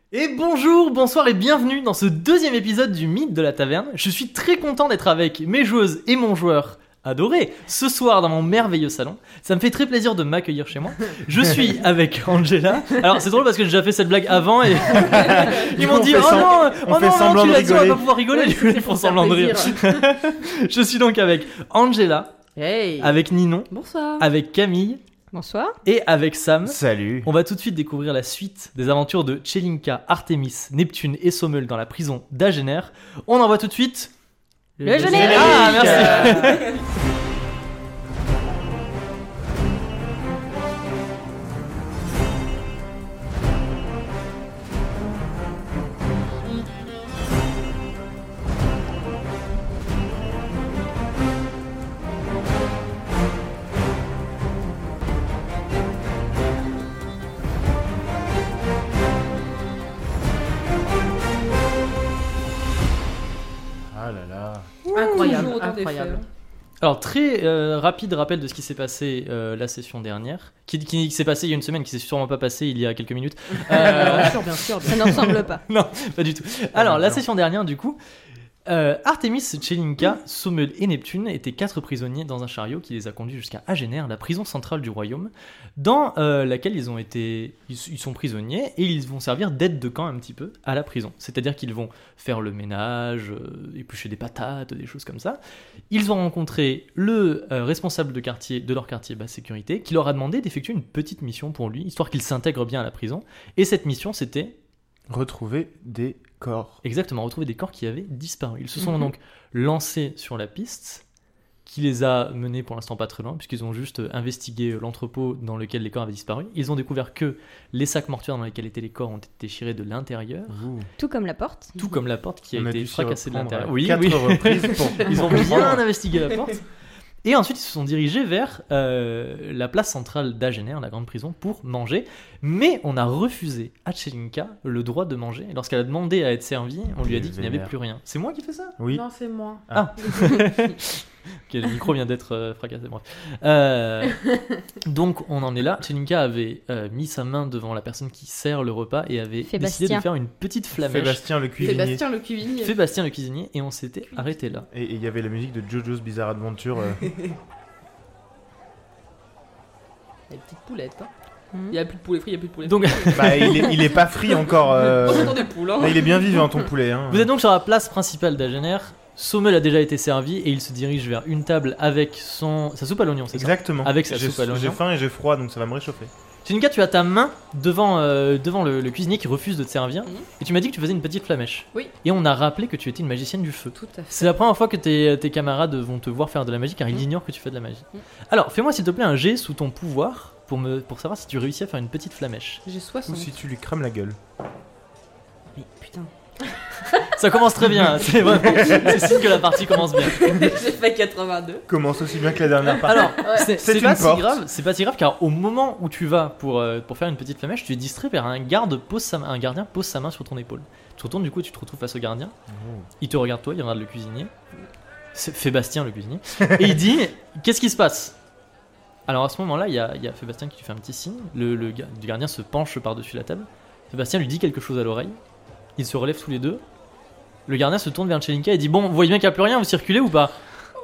Et bonjour, bonsoir et bienvenue dans ce deuxième épisode du Mythe de la Taverne. Je suis très content d'être avec mes joueuses et mon joueur adoré ce soir dans mon merveilleux salon. Ça me fait très plaisir de m'accueillir chez moi. Je suis avec Angela. Alors c'est drôle parce que j'ai déjà fait cette blague avant et ils m'ont dit oh non, tu l'as dit, on va pas pouvoir rigoler. Du coup ils font semblant de rire. Je suis donc avec Angela, avec Ninon, bonsoir, avec Camille. Bonsoir. Et avec Sam. Salut. On va tout de suite découvrir la suite des aventures de Tchelinka, Artémis, Neptune et Sommel dans la prison d'Agener. On envoie tout de suite le générique. Ah, merci. Incroyable. Alors très rapide rappel de ce qui s'est passé la session dernière, qui s'est passé il y a une semaine, qui s'est sûrement pas passé il y a quelques minutes. Bien sûr. Ça ne ressemble pas. Non, pas du tout. Alors la session dernière du coup, Artémis, Tchelinka, Sommel et Neptune étaient 4 prisonniers dans un chariot qui les a conduits jusqu'à Agener, la prison centrale du royaume, dans laquelle ils sont prisonniers et ils vont servir d'aide de camp un petit peu à la prison. C'est-à-dire qu'ils vont faire le ménage, éplucher des patates, des choses comme ça. Ils ont rencontré le responsable de leur quartier basse sécurité qui leur a demandé d'effectuer une petite mission pour lui, histoire qu'il s'intègre bien à la prison. Et cette mission, c'était... retrouver des corps. Exactement, retrouver des corps qui avaient disparu. Ils se sont donc lancés sur la piste, qui les a menés pour l'instant pas très loin, puisqu'ils ont juste investigué l'entrepôt dans lequel les corps avaient disparu. Ils ont découvert que les sacs mortuaires dans lesquels étaient les corps ont été déchirés de l'intérieur. Tout comme la porte. Tout comme la porte qui a été fracassée de l'intérieur. Oui. Reprises pour... Ils ont bien investigué la porte. Et ensuite, ils se sont dirigés vers la place centrale d'Agener, la grande prison, pour manger. Mais on a refusé à Tchelinka le droit de manger. Et lorsqu'elle a demandé à être servie, on lui a dit qu'il n'y avait plus rien. C'est moi qui fais ça ? Oui. Non, c'est moi. Ah. Ok, le micro vient d'être fracassé. Bref. Donc, on en est là. Tchelinka avait mis sa main devant la personne qui sert le repas et avait décidé de faire une petite flamèche. Sébastien le cuisinier. Sébastien le cuisinier. Et on s'était arrêté là. Et il y avait la musique de JoJo's Bizarre Adventure. Les petites poulettes. Hein. Il n'y a plus de poulet frit, il n'y a plus de poulet donc, bah, il est pas frit encore. J'entends des poules. Hein. Il est bien vivant ton poulet. Hein. Vous êtes donc sur la place principale d'Agener. Sommel a déjà été servi et il se dirige vers une table avec sa soupe à l'oignon, c'est ça ? Exactement. Avec sa soupe à l'oignon. J'ai faim et j'ai froid, donc ça va me réchauffer. Tchelinka, tu as ta main devant le cuisinier qui refuse de te servir et tu m'as dit que tu faisais une petite flamèche. Oui. Et on a rappelé que tu étais une magicienne du feu. Tout à fait. C'est la première fois que tes camarades vont te voir faire de la magie car ils ignorent que tu fais de la magie. Alors, fais-moi s'il te plaît un jet sous ton pouvoir pour savoir si tu réussis à faire une petite flamèche. J'ai 60. Ou si tu lui crames la gueule. Mais putain. Ça commence très bien, c'est signe que la partie commence bien. J'ai fait 82. Commence aussi bien que la dernière partie. Alors, c'est pas une porte. si grave, car au moment où tu vas pour faire une petite flamèche, tu es distrait vers un gardien pose sa main sur ton épaule. Tu retournes du coup, tu te retrouves face au gardien. Il te regarde toi, il regarde le cuisinier. C'est Sébastien le cuisinier. Et il dit qu'est-ce qui se passe ? Alors à ce moment-là, il y a Sébastien qui lui fait un petit signe. Le gardien se penche par-dessus la table. Sébastien lui dit quelque chose à l'oreille. Ils se relèvent tous les deux. Le gardien se tourne vers Tchelinka et dit bon, vous voyez bien qu'il n'y a plus rien, vous circulez ou pas ?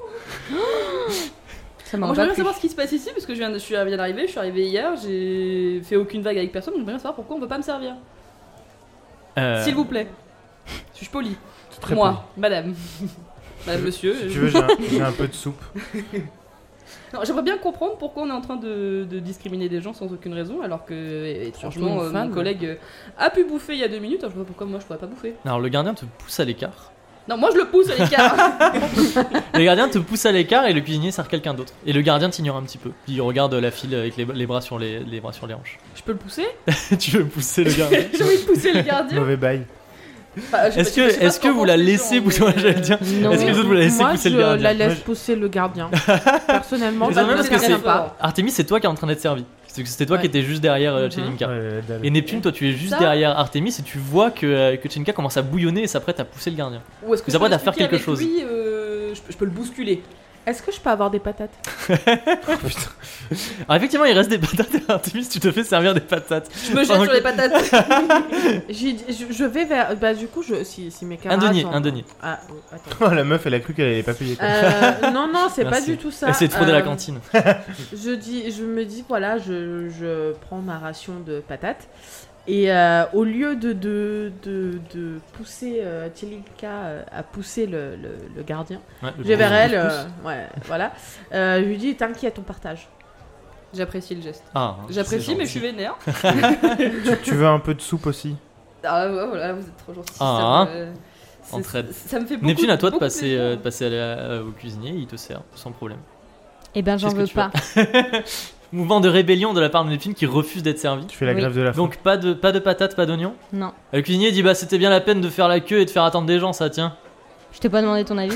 Ça m'en Bon, va j'aimerais plus. savoir ce qui se passe ici parce que je viens d'arriver, je suis arrivé hier, j'ai fait aucune vague avec personne, donc j'aimerais bien savoir pourquoi on peut pas me servir. S'il vous plaît. Si je suis poli. C'est très Moi, poli. madame. Madame, monsieur. Si tu veux, j'ai un peu de soupe. Non, j'aimerais bien comprendre pourquoi on est en train de discriminer des gens sans aucune raison, alors que, étrangement, une femme. mon collègue a pu bouffer il y a 2 minutes, alors je vois pas pourquoi moi je pourrais pas bouffer. Alors le gardien te pousse à l'écart. Non, moi je le pousse à l'écart. Le gardien te pousse à l'écart et le cuisinier sert quelqu'un d'autre. Et le gardien t'ignore un petit peu. Il regarde la file avec les bras sur les bras sur les hanches. Je peux le pousser? Tu veux pousser le gardien? J'ai envie de pousser le gardien. Mauvais bail. Enfin, je sais Est-ce pas- je sais pas que ce qu'en vous la pensent les laissez gens, pousser? mais- J'allais dire. Non. Est-ce que les autres vous la laissez Moi, pousser je le gardien? la laisse pousser le gardien. Personnellement, Mais ça ça parce que me c'est gêne pas. Artémis, c'est toi qui es en train d'être servi. C'était toi qui étais juste derrière Tchelinka. Ouais, Et Neptune, toi tu es juste Ça derrière Artémis et tu vois que Tchelinka commence à bouillonner et s'apprête à pousser le gardien. Ou est-ce que Vous apprêtez je à faire peux expliquer quelque chose. avec lui, je peux le bousculer. Est-ce que je peux avoir des patates? Alors effectivement, il reste des patates et Artemis, tu te fais servir des patates. Je me jette sur les patates. Je vais vers. Bah, du coup, si mes Un camarades. denier, sont- un denier. Ah, attends. Oh, la meuf, elle a cru qu'elle allait pas payer. Quoi. Non, c'est pas Merci. du tout ça. Elle s'est fraudée la cantine. Je me dis, voilà, je prends ma ration de patates. Et au lieu de pousser Tchelinka à pousser le gardien, Ouais, le je vais vers gros elle, pouce. ouais, voilà. Je lui dis, t'inquiète, on partage. J'apprécie le geste. Ah, J'apprécie, c'est mais je suis gentil. vénère. Tu veux un peu de soupe aussi? Ah ouais, voilà, vous êtes trop gentils. Ah, ça entraide. ça me fait beaucoup. Neptune, à toi de beaucoup passer, plaisir. au cuisinier, il te sert sans problème. Eh ben, j'en Qu'est-ce que veux tu pas. Mouvement de rébellion de la part de Neptune qui refuse d'être servi. Tu fais la Oui. grève de la faim. Donc pas de patates, pas d'oignons. Non. Le cuisinier dit bah c'était bien la peine de faire la queue et de faire attendre des gens, ça tient. Je t'ai pas demandé ton avis.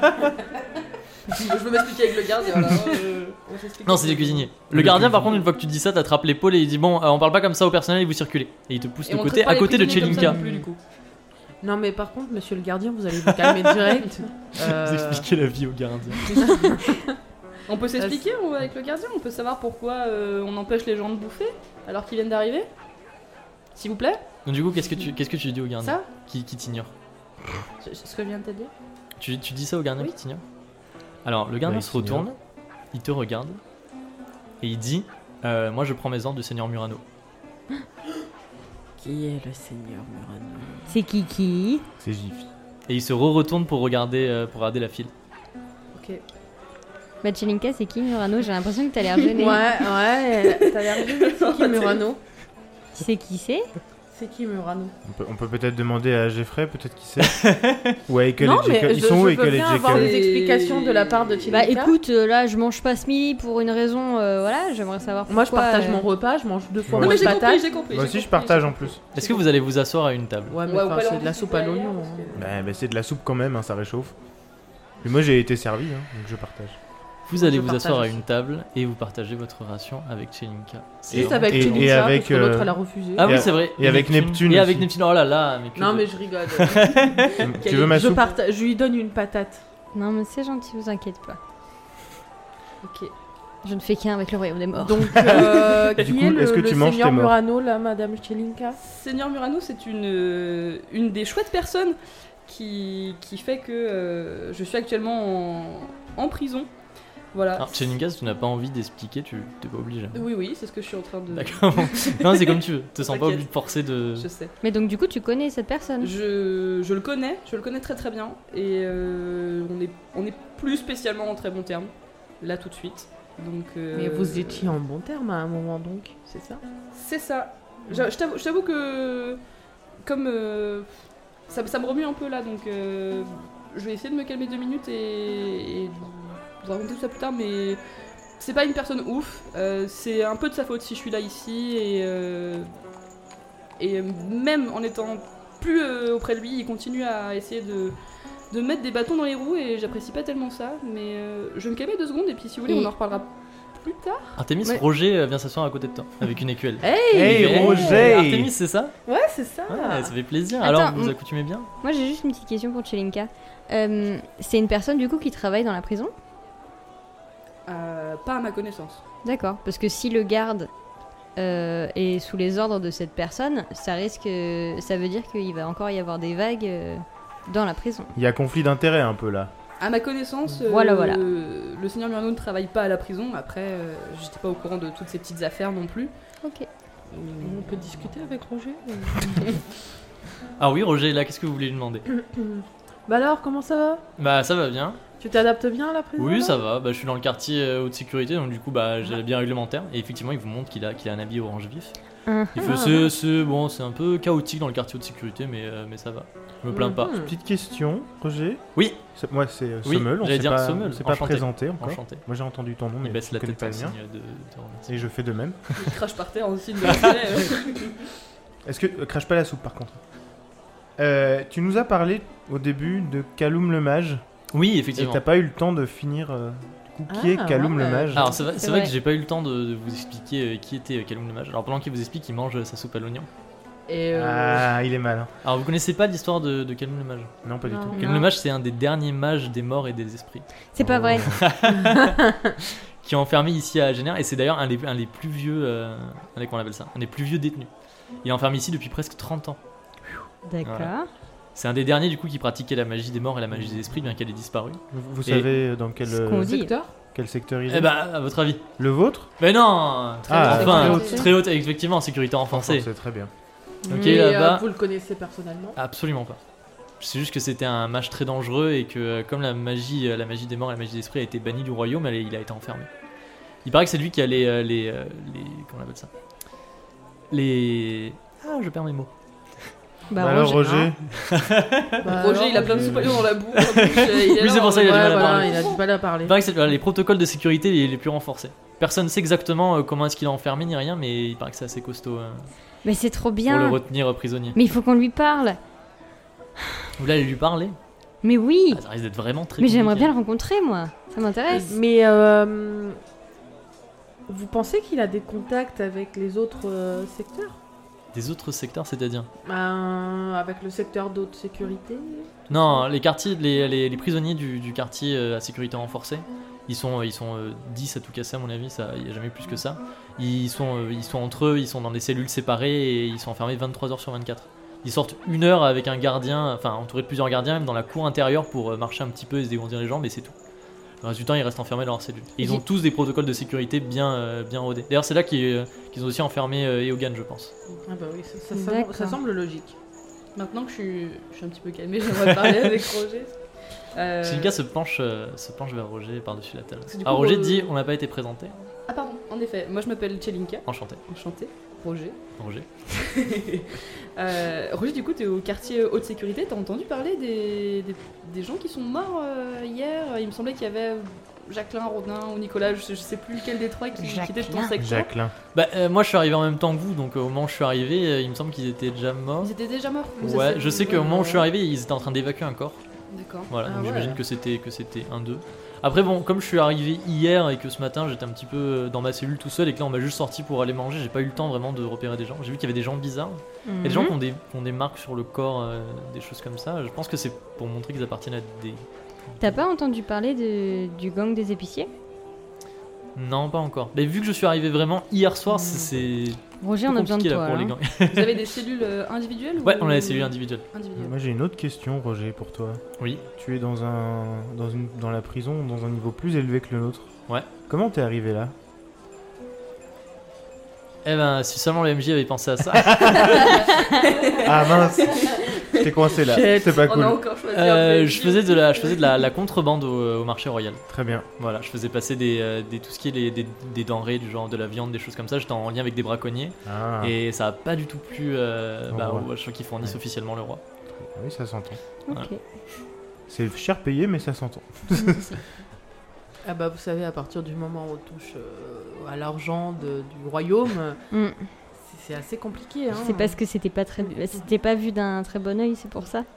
Je veux m'expliquer avec le gardien là. On s'explique. Non, c'est des cuisiniers. Le gardien, par contre, une fois que tu dis ça, t'attrapes l'épaule et il dit bon, on parle pas comme ça au personnel et vous circulez. Et il te pousse Et de on côté, traite pas à les côté de prisonniers comme ça Tchelinka. non plus, du coup. Non, mais par contre, monsieur le gardien, vous allez vous calmer direct. Vous expliquez la vie au gardien. On peut s'expliquer avec le gardien, on peut savoir pourquoi on empêche les gens de bouffer alors qu'ils viennent d'arriver. S'il vous plaît. Donc du coup, qu'est-ce que tu dis au gardien Ça qui t'ignore? Ce que je viens de te dire. Tu dis ça au gardien Oui. qui t'ignore? Alors le gardien il se t'ignore. retourne, il te regarde et il dit moi je prends mes ordres du seigneur Murano. Qui est le seigneur Murano? C'est qui? C'est Jiffy. Et il se retourne pour regarder la file. Ok. Bah, Tchelinka, c'est qui Murano? J'ai l'impression que t'as l'air gênée. Ouais, t'as l'air gêné. C'est qui Murano? Tu sais qui c'est? C'est qui Murano? On peut peut-être demander à Jeffrey, peut-être qui c'est. Ou à Ekel Non, et Jekyll. mais Ils sont où je veux Ekel et bien avoir Jekyll? des explications de la part de Tchelinka. Bah écoute, là je mange pas ce midi pour une raison, voilà, j'aimerais savoir pourquoi. Moi, je partage mon repas, je mange 2 fois Ouais. Non moins mais de j'ai compris, patates. j'ai compris. Moi j'ai aussi, je compris, partage j'ai en compris. plus. Est-ce que vous allez vous asseoir à une table? Ouais, mais Ouais, ou enfin, pas c'est de la soupe à l'oignon. Bah, c'est de la soupe quand même, hein, ça réchauffe. Et moi, j'ai été servi, hein, donc je partage. Vous allez Je vous partage asseoir à aussi. une table et vous partagez votre ration avec Tchelinka. C'est Juste vraiment- avec et Tchelinka, avec, parce que l'autre, euh, elle a refusé. Ah oui, Et c'est vrai. et avec Neptune Et avec aussi. Neptune, oh là là. Mais que Non, de- mais je rigole. Tu veux ma soupe? Je lui donne une patate. Non mais c'est gentil, vous inquiétez pas. Ok. Je ne fais qu'un avec le royaume des morts. Donc, Du qui coup, est est-ce que le tu manges seigneur tes morts? Murano, là, madame Tchelinka? Seigneur Murano, c'est une des chouettes personnes qui fait que je suis actuellement en prison. Voilà. Alors, Tchelinka, si tu n'as pas envie d'expliquer, tu t'es pas obligé. Oui, oui, c'est ce que je suis en train de. D'accord. Non, c'est comme tu veux. Te sens pas T'inquiète. obligé de forcer de. Je sais. Mais donc du coup tu connais cette personne? Je le connais très très bien et on est plus spécialement en très bons termes là tout de suite. Donc. Mais vous étiez en bon terme à un moment, donc, c'est ça? C'est ça. Je t'avoue que comme ça me remue un peu là, donc je vais essayer de me calmer 2 minutes et vous raconter tout ça plus tard, mais c'est pas une personne ouf. C'est un peu de sa faute si je suis là ici et même en étant plus auprès de lui, il continue à essayer de mettre des bâtons dans les roues et j'apprécie pas tellement ça. Mais je vais me calmer 2 secondes et puis si vous voulez, Et- on en reparlera plus tard. Artemis, Ouais. Roger vient s'asseoir à côté de toi avec une écuelle. Hey, Ouais, Roger! Artemis, c'est ça? Ouais, c'est ça. Ouais, ça fait plaisir. Attends, Alors, vous vous accoutumez bien? Moi j'ai juste une petite question pour Tchelinka. C'est une personne du coup qui travaille dans la prison? Pas à ma connaissance. D'accord, parce que si le garde est sous les ordres de cette personne, ça veut dire qu'il va encore y avoir des vagues dans la prison. Il y a conflit d'intérêts un peu là. À ma connaissance, Voilà. le seigneur Murano ne travaille pas à la prison. Après, j'étais pas au courant de toutes ces petites affaires non plus. Ok. On peut discuter avec Roger? Ah oui, Roger, là, qu'est-ce que vous voulez lui demander? Bah alors, comment ça va? Bah, ça va bien. Tu t'adaptes bien à la prison? Oui, là ça va. Bah, je suis dans le quartier haute sécurité, donc du coup, bah, j'ai bien réglementaire. Et effectivement, il vous montre qu'il a un habit orange vif. Il fait, c'est un peu chaotique dans le quartier haute sécurité, mais ça va. Je me plains pas. Mhm. Petite question, Roger. Oui. Moi, c'est Oui, Sommel. On j'allais s'est dire pas, Sommel, on s'est pas enchanté. présenté encore. Enchanté. Moi, j'ai entendu ton nom, Il mais baisse je la connais tête pas en le mien. signe de remercier. Et je fais de même. Il crache par terre en signe de respect. Est-ce que crache pas la soupe par contre. Tu nous as parlé au début de Kaloum le mage Oui, et effectivement. t'as pas eu le temps de finir. Du coup, qui est Ah, Kaloum le ouais. mage? Alors, c'est vrai, C'est vrai vrai. que j'ai pas eu le temps de vous expliquer qui était Kaloum le mage. Alors, pendant qu'il vous explique, il mange sa soupe à l'oignon. Et Il est malin. Alors vous connaissez pas l'histoire de Kaloum le mage? Non, pas du Non. tout. Kaloum le mage, c'est un des derniers mages des morts et des esprits C'est pas vrai. qui est enfermé ici à Agener, et c'est d'ailleurs un des plus vieux, comment on appelle ça, un des plus vieux détenus. Il est enfermé ici depuis presque 30 ans. D'accord. Voilà. C'est un des derniers du coup qui pratiquait la magie des morts et la magie des esprits, bien qu'elle ait disparu. Vous Et- savez dans quel, Ce qu'on dit. secteur. quel secteur il est Eh ben, à votre avis? Le vôtre Mais non, Ah, enfin, très haute. très haute, effectivement, en sécurité renforcée. C'est très bien. Ok, Et, là-bas. vous le connaissez personnellement? Absolument pas. C'est juste que c'était un mage très dangereux et que comme la magie des morts et la magie des esprits a été bannie du royaume, il a été enfermé. Il paraît que c'est lui qui a les comment on appelle ça? Je perds mes mots. Bah, Alors Roger, Roger, il a plein de soupayons dans la boue. Oui, Oui, c'est pour ça qu'il a du mal à parler. Il a du mal à parler. Il paraît que c'est les protocoles de sécurité les plus renforcés. Personne ne sait exactement comment est-ce qu'il est enfermé ni rien, mais il paraît que c'est assez costaud Mais c'est trop pour le bien. retenir prisonnier. Mais il faut qu'on lui parle. Vous voulez aller lui parler? Mais oui. Ça risque d'être vraiment très Mais j'aimerais compliqué. bien le rencontrer, moi. Ça m'intéresse. Mais vous pensez qu'il a des contacts avec les autres secteurs? Des autres secteurs, c'est-à-dire? Avec le secteur d'autres sécurité? Non, les quartiers, les prisonniers du quartier à sécurité renforcée, ils sont 10 à tout casser à mon avis, il n'y a jamais plus que ça. Ils sont entre eux, ils sont dans des cellules séparées et ils sont enfermés 23h sur 24. Ils sortent 1 heure avec un gardien, enfin entouré de plusieurs gardiens, même dans la cour intérieure pour marcher un petit peu et se dégondir les jambes, et c'est tout. Le reste du temps, ils restent enfermés dans leur cellule. Et ils ont tous des protocoles de sécurité bien rodés. D'ailleurs, c'est là qu'ils ont aussi enfermé Eogan, je pense. Ah bah oui, D'accord. ça semble logique. Maintenant que je suis un petit peu calmée, j'aimerais parler avec Roger. Shinka se penche vers Roger par-dessus la table. Parce que du Alors coup, Roger dit, on n'a pas été présenté. Ah pardon, en effet, moi je m'appelle Chelinka, Enchanté. enchantée. Roger. Roger. Roger, du coup, t'es au quartier haute sécurité, t'as entendu parler des gens qui sont morts hier? Il me semblait qu'il y avait Jacqueline, Rodin ou Nicolas, je sais plus lequel des trois qui était de ton Jacqueline. secteur. Jacqueline. Bah, moi je suis arrivé en même temps que vous, donc au moment où je suis arrivé, il me semble qu'ils étaient déjà morts. Ils étaient déjà morts? Vous Ouais, savez- je sais qu'au moment où je suis arrivé, ils étaient en train d'évacuer un corps. D'accord. Voilà, Ah donc ouais. j'imagine que c'était un d'eux. Après bon, comme je suis arrivé hier et que ce matin j'étais un petit peu dans ma cellule tout seul et que là on m'a juste sorti pour aller manger, j'ai pas eu le temps vraiment de repérer des gens. J'ai vu qu'il y avait des gens bizarres. Il y a des gens qui ont des marques sur le corps, des choses comme ça. Je pense que c'est pour montrer qu'ils appartiennent à des... T'as pas entendu parler du gang des épiciers? Non, pas encore. Mais vu que je suis arrivé vraiment hier soir, c'est Roger, on a besoin de compliqué là toi. pour les hein. gangs. Vous avez des cellules individuelles? Ouais, ou- on a la cellule individuelle. individuelle. Moi j'ai une autre question, Roger, pour toi. Oui. Tu es dans la prison dans un niveau plus élevé que le nôtre. Ouais. Comment t'es arrivé là? Eh ben, si seulement le MJ avait pensé à ça. Ah mince, t'es coincé là. Shit. C'est pas On a cool. encore choisi un peu. Je faisais de la contrebande au marché royal. Très bien. Voilà, je faisais passer tout ce qui est des denrées, du genre de la viande, des choses comme ça. J'étais en lien avec des braconniers Ah, et ça a pas du tout plu roi. aux gens qui fournissent Ouais. officiellement le roi. oui, ça s'entend. Ok. C'est cher payé, mais ça s'entend. Ah bah vous savez, à partir du moment où on touche à l'argent du royaume, Mm. c'est assez compliqué. Hein. C'est parce que c'était pas vu d'un très bon œil, c'est pour ça.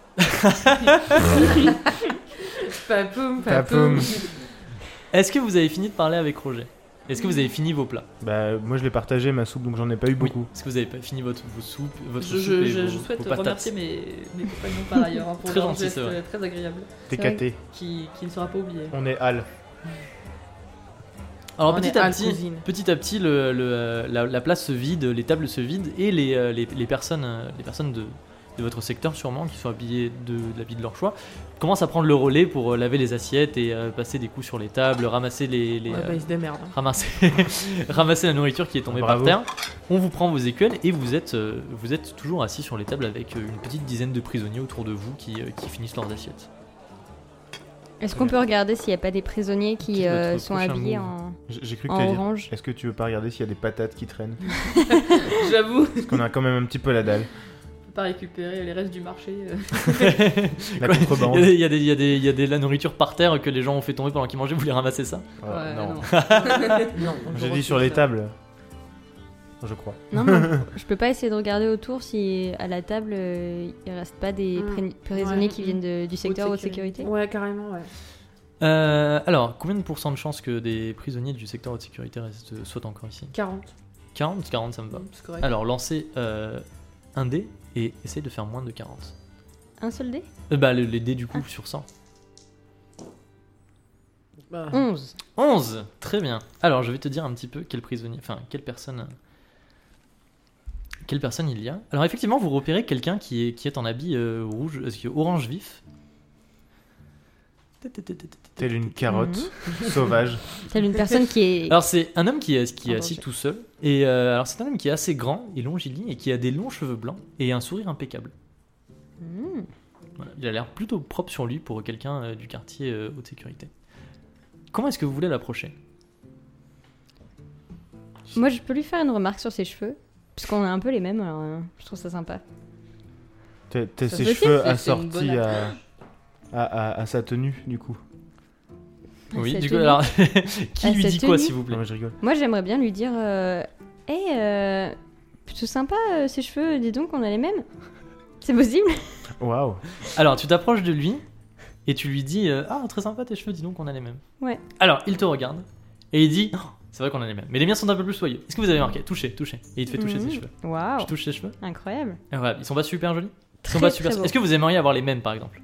Papoum, Papoum. Est-ce que vous avez fini de parler avec Roger? Est-ce que vous avez fini vos plats? Bah, moi je l'ai partagé ma soupe, donc j'en ai pas eu beaucoup. Est-ce que vous avez pas fini vos soupes, votre Je soupe et je vos souhaite patates? remercier mes compagnons par ailleurs hein, pour Très leur gentil, geste c'est vrai. très agréable T'es C'est vrai. caté. qui ne sera pas oublié. On est Hal. Alors On est petit à Al petit, Cousine. petit à petit, la place se vide, les tables se vident et les personnes de votre secteur sûrement, qui sont habillées de l'habit de leur choix, commencent à prendre le relais pour laver les assiettes et passer des coups sur les tables, ramasser Ouais, bah, ils se démerdent. hein. ramasser la nourriture qui est tombée Bravo. par terre. On vous prend vos écuelles et vous êtes toujours assis sur les tables avec une petite dizaine de prisonniers autour de vous qui finissent leurs assiettes. Est-ce qu'on peut regarder s'il n'y a pas des prisonniers qui Qui est notre sont prochain habillés move en, J'ai cru que en t'allais dire. orange? Est-ce que tu veux pas regarder s'il y a des patates qui traînent? J'avoue, Parce qu'on a quand même un petit peu la dalle. je peux pas récupérer les restes du marché. La Quoi, contrebande. Il y a de la nourriture par terre que les gens ont fait tomber pendant qu'ils mangeaient, vous voulez ramasser ça? Ah, Ouais, non. Non, J'ai je dit refuse sur les ça. tables. Je crois. Non, mais je peux pas essayer de regarder autour si à la table il reste pas des prisonniers Ouais. qui viennent du secteur haute sécurité. Ouais, carrément, ouais. Alors, combien de pourcents de chances que des prisonniers du secteur haute sécurité soient encore ici? 40. 40, ça me va. C'est correct. Alors, lancez un dé et essaye de faire moins de 40. Un seul dé Les dés du coup sur 100. Bah, 11. 11. Très bien. Alors je vais te dire un petit peu quelle personne il y a. Alors effectivement vous repérez quelqu'un qui est en habit orange vif. Telle une carotte sauvage. Telle une personne qui est. Alors c'est un homme qui est En assis danger. tout seul. Et alors c'est un homme qui est assez grand et longiligne et qui a des longs cheveux blancs et un sourire impeccable. Hmm. Voilà. Il a l'air plutôt propre sur lui pour quelqu'un du quartier haute sécurité. Comment est-ce que vous voulez l'approcher? Moi, je peux lui faire une remarque sur ses cheveux. Parce qu'on a un peu les mêmes, alors je trouve ça sympa. T'es Ça ses peut cheveux être, c'est une bonne assortis à sa tenue, du coup. Oui, Sa du coup, tenue. alors, qui À lui sa dit quoi, tenue. s'il vous plaît? Non, mais je rigole. Moi, j'aimerais bien lui dire plutôt sympa ses cheveux, dis donc, on a les mêmes. C'est possible? Waouh. Alors, tu t'approches de lui et tu lui dis ah, très sympa tes cheveux, dis donc, on a les mêmes. Ouais. Alors, il te regarde et il dit oh, c'est vrai qu'on a les mêmes, mais les miens sont un peu plus soyeux. Est-ce que vous avez marqué? Touchez. Et il te fait toucher ses cheveux. Waouh, Tu touches ses cheveux incroyable. et voilà, ils sont pas super jolis. Ils sont Très, pas super. très beau. Est-ce que vous aimeriez avoir les mêmes, par exemple?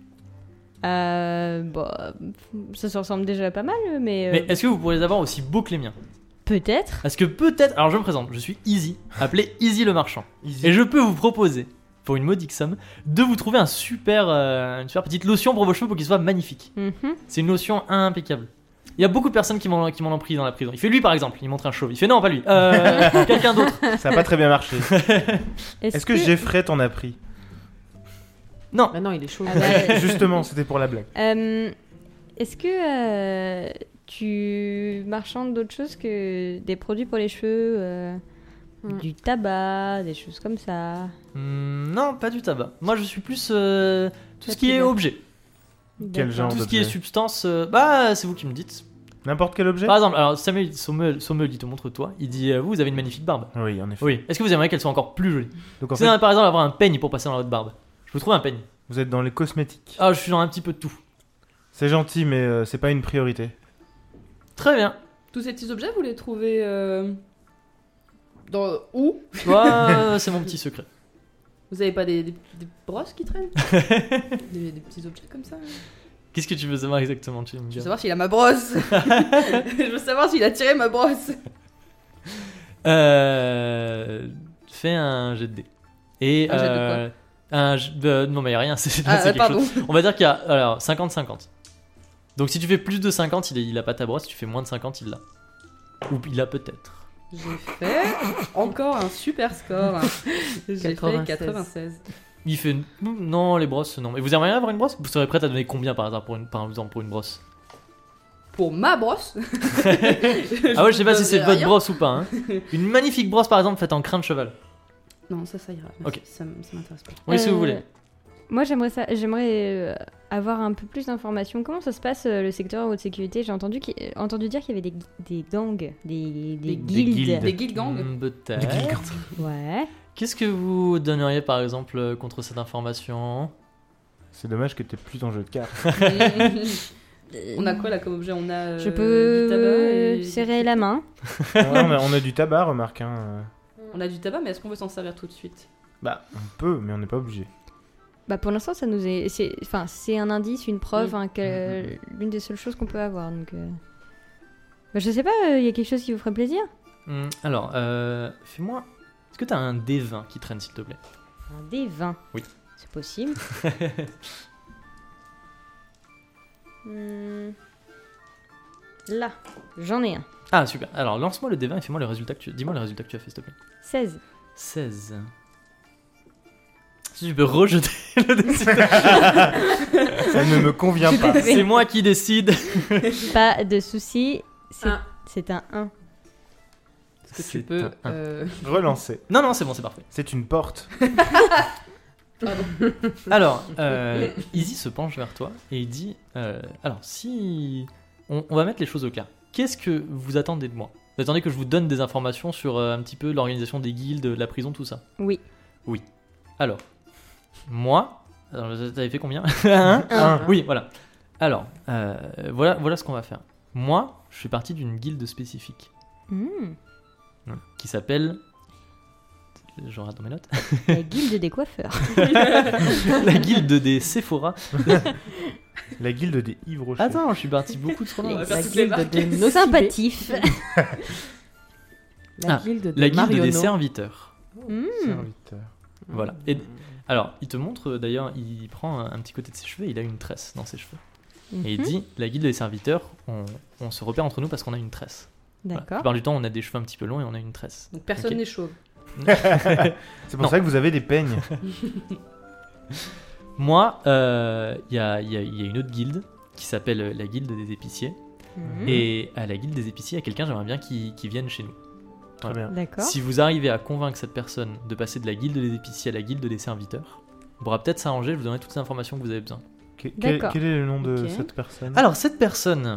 Ça se ressemble déjà pas mal, mais, Mais est-ce que vous pourriez les avoir aussi beaux que les miens? peut-être. Parce que peut-être, alors je me présente, je suis Easy, appelé Easy le marchand. Easy. Et je peux vous proposer, pour une modique somme, de vous trouver une super petite lotion pour vos cheveux pour qu'ils soient magnifiques. Mhm. C'est une lotion impeccable. Il y a beaucoup de personnes qui m'en ont pris dans la prison. Il fait lui par exemple, il montre un chauve. Il fait non, pas lui, quelqu'un d'autre. Ça a pas très bien marché. Est-ce que Jeffrey t'en a pris? Non, Bah non, il est chaud. Ah bah, Justement, c'était pour la blague. est-ce que tu marchandes d'autres choses que des produits pour les cheveux du tabac, des choses comme ça? Non, pas du tabac. Moi je suis plus tout ce qui est Tabac. objet. Quel genre Tout ce qui est d'objet? substance, c'est vous qui me dites. N'importe quel objet? Par exemple, alors Samuel Sommel, il te montre toi, il dit vous avez une magnifique barbe. Oui, en effet. Oui. Est-ce que vous aimeriez qu'elle soit encore plus jolie? Donc en C'est fait, par exemple avoir un peigne pour passer dans votre barbe. Je vous trouve un peigne. vous êtes dans les cosmétiques. Ah, je suis dans un petit peu de tout. C'est gentil, mais c'est pas une priorité. Très bien. Tous ces petits objets, vous les trouvez dans où? Ouais, c'est mon petit secret. Vous avez pas des brosses qui traînent? des petits objets comme ça? Qu'est-ce que tu veux savoir exactement, tu veux me Je veux dire? savoir s'il a ma brosse. Je veux savoir s'il a tiré ma brosse. Fais un jet de dés. Et Un jet de non mais y a rien, c'est Ah, quelque pardon. chose. On va dire qu'il y a alors 50-50. Donc si tu fais plus de 50, il a pas ta brosse, si tu fais moins de 50, il l'a. Ou il l'a peut-être. J'ai fait encore un super score. J'ai fait 96. Il fait non, les brosses non. Mais vous aimeriez avoir une brosse? Vous serez prête à donner combien par hasard par exemple pour une brosse? Pour ma brosse? Ah ouais, je sais pas si c'est donnerai votre rien. brosse ou pas. Hein. Une magnifique brosse par exemple faite en crin de cheval. Non, ça ira. Ok. Ça m'intéresse pas. Oui, si vous voulez. Moi, j'aimerais avoir un peu plus d'informations. Comment ça se passe le secteur haute sécurité? J'ai entendu dire qu'il y avait des gangs, des guildes. guildes. Des guild gangs? Peut-être. Ouais. Qu'est-ce que vous donneriez par exemple contre cette information? C'est dommage que t'aies plus ton jeu de cartes. On a quoi là comme objet? On a Je du tabac peux et... serrer la main. on a du tabac, remarque. Hein. On a du tabac, mais est-ce qu'on veut s'en servir tout de suite? Bah, on peut, mais on n'est pas obligé. Bah pour l'instant, ça nous est, c'est un indice, une preuve, hein, Mm. l'une des seules choses qu'on peut avoir. Donc, bah, je sais pas, il y a quelque chose qui vous ferait plaisir? Alors, fais-moi. Est-ce que t'as un D20 qui traîne s'il te plaît? Un D20. Oui. C'est possible. Là, j'en ai un. Ah super. Alors lance-moi le D20 et fais-moi le résultat dis-moi le résultat que tu as fait s'il te plaît. 16. 16. Si tu peux rejeter le D6. Ça ne me convient Tout à pas. fait. C'est moi qui décide. Pas de souci. Un. C'est un 1. Est-ce que C'est tu peux... un- Relancer. Non, c'est bon, c'est parfait. C'est une porte. Alors, Izzy se penche vers toi et il dit alors, si. On va mettre les choses au clair. Qu'est-ce que vous attendez de moi? Vous attendez que je vous donne des informations sur un petit peu l'organisation des guildes, de la prison, tout ça? Oui. Alors, moi. Alors, t'avais fait combien? Un? Un. Oui, voilà. Alors, voilà ce qu'on va faire. Moi, je suis parti d'une guilde spécifique Hmm. qui s'appelle je regarde dans mes notes. La guilde des coiffeurs. La guilde des Sephora. La guilde des Yves Rocher. Attends, je suis parti beaucoup trop On loin. va faire La toutes les guilde marques. des Nocibé. Sympathif. La guilde de La guilde Marionneau. des serviteurs. Mm. Serviteur. Voilà. Et alors, il te montre d'ailleurs, il prend un petit côté de ses cheveux, il a une tresse dans ses cheveux. Et il Mhm. dit, la guilde des serviteurs, on se repère entre nous parce qu'on a une tresse. Voilà. La D'accord. plupart du temps, on a des cheveux un petit peu longs et on a une tresse. Donc personne Ok. n'est chauve. C'est pour Non. ça que vous avez des peignes. Moi, il y a une autre guilde qui s'appelle la guilde des épiciers. Mhm. Et à la guilde des épiciers, il y a quelqu'un, j'aimerais bien qui vienne chez nous. Très Voilà. bien. D'accord. Si vous arrivez à convaincre cette personne de passer de la guilde des épiciers à la guilde des serviteurs, on pourra peut-être s'arranger, je vous donnerai toutes les informations que vous avez besoin. D'accord. Quel est le nom de Ok. cette personne? Alors, cette personne...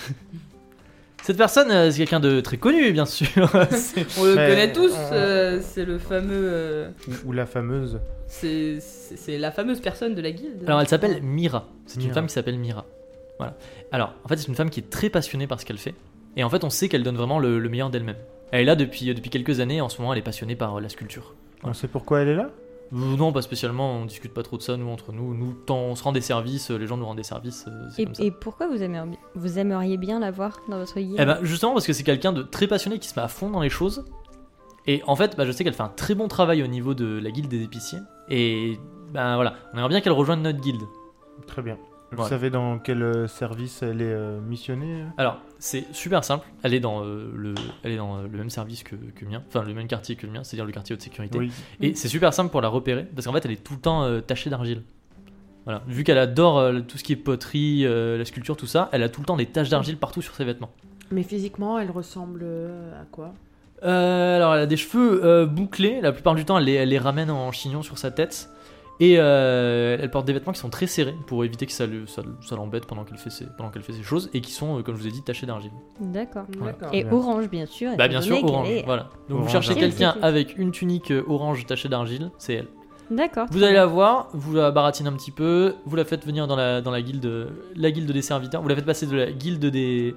Cette personne, c'est quelqu'un de très connu, bien sûr. C'est- On le Mais, connaît tous, on- c'est le fameux. Ou la fameuse. C'est la fameuse personne de la guilde. Alors, elle s'appelle Mira. C'est une Mira. femme qui s'appelle Mira. Voilà. Alors, en fait, c'est une femme qui est très passionnée par ce qu'elle fait. Et en fait, on sait qu'elle donne vraiment le meilleur d'elle-même. Elle est là depuis quelques années. En ce moment, elle est passionnée par la sculpture. On sait pourquoi elle est là? Non, pas spécialement. On discute pas trop de ça, nous, entre nous. Nous, tant on se rend des services, les gens nous rendent des services. C'est comme ça. Et pourquoi vous aimeriez bien la voir dans votre guilde? Eh ben, justement, parce que c'est quelqu'un de très passionné qui se met à fond dans les choses. Et en fait, je sais qu'elle fait un très bon travail au niveau de la guilde des épiciers. Et ben voilà, on aimerait bien qu'elle rejoigne notre guilde. Très bien. Vous Voilà. savez dans quel service elle est missionnée? Alors, c'est super simple. Elle est dans le même service que le mien, enfin le même quartier que le mien, c'est-à-dire le quartier haute sécurité. Oui. Et c'est super simple pour la repérer, parce qu'en fait, elle est tout le temps tachée d'argile. Voilà. Vu qu'elle adore tout ce qui est poterie, la sculpture, tout ça, elle a tout le temps des taches d'argile partout sur ses vêtements. Mais physiquement, elle ressemble à quoi? Alors, elle a des cheveux bouclés. La plupart du temps, elle les ramène en chignon sur sa tête. Et elle porte des vêtements qui sont très serrés pour éviter que ça l'embête pendant qu'elle fait ses choses. Et qui sont, comme je vous ai dit, tachés d'argile. D'accord. D'accord. Et bien. orange, bien sûr. Bah, étant bien sûr, donné qu'elle orange. est- Voilà. Donc, Orange vous cherchez d'argile. quelqu'un Ok. avec une tunique orange tachée d'argile, c'est elle. D'accord. Vous allez la voir, vous la baratinez un petit peu, vous la faites venir dans la guilde des serviteurs. Vous la faites passer de la guilde des.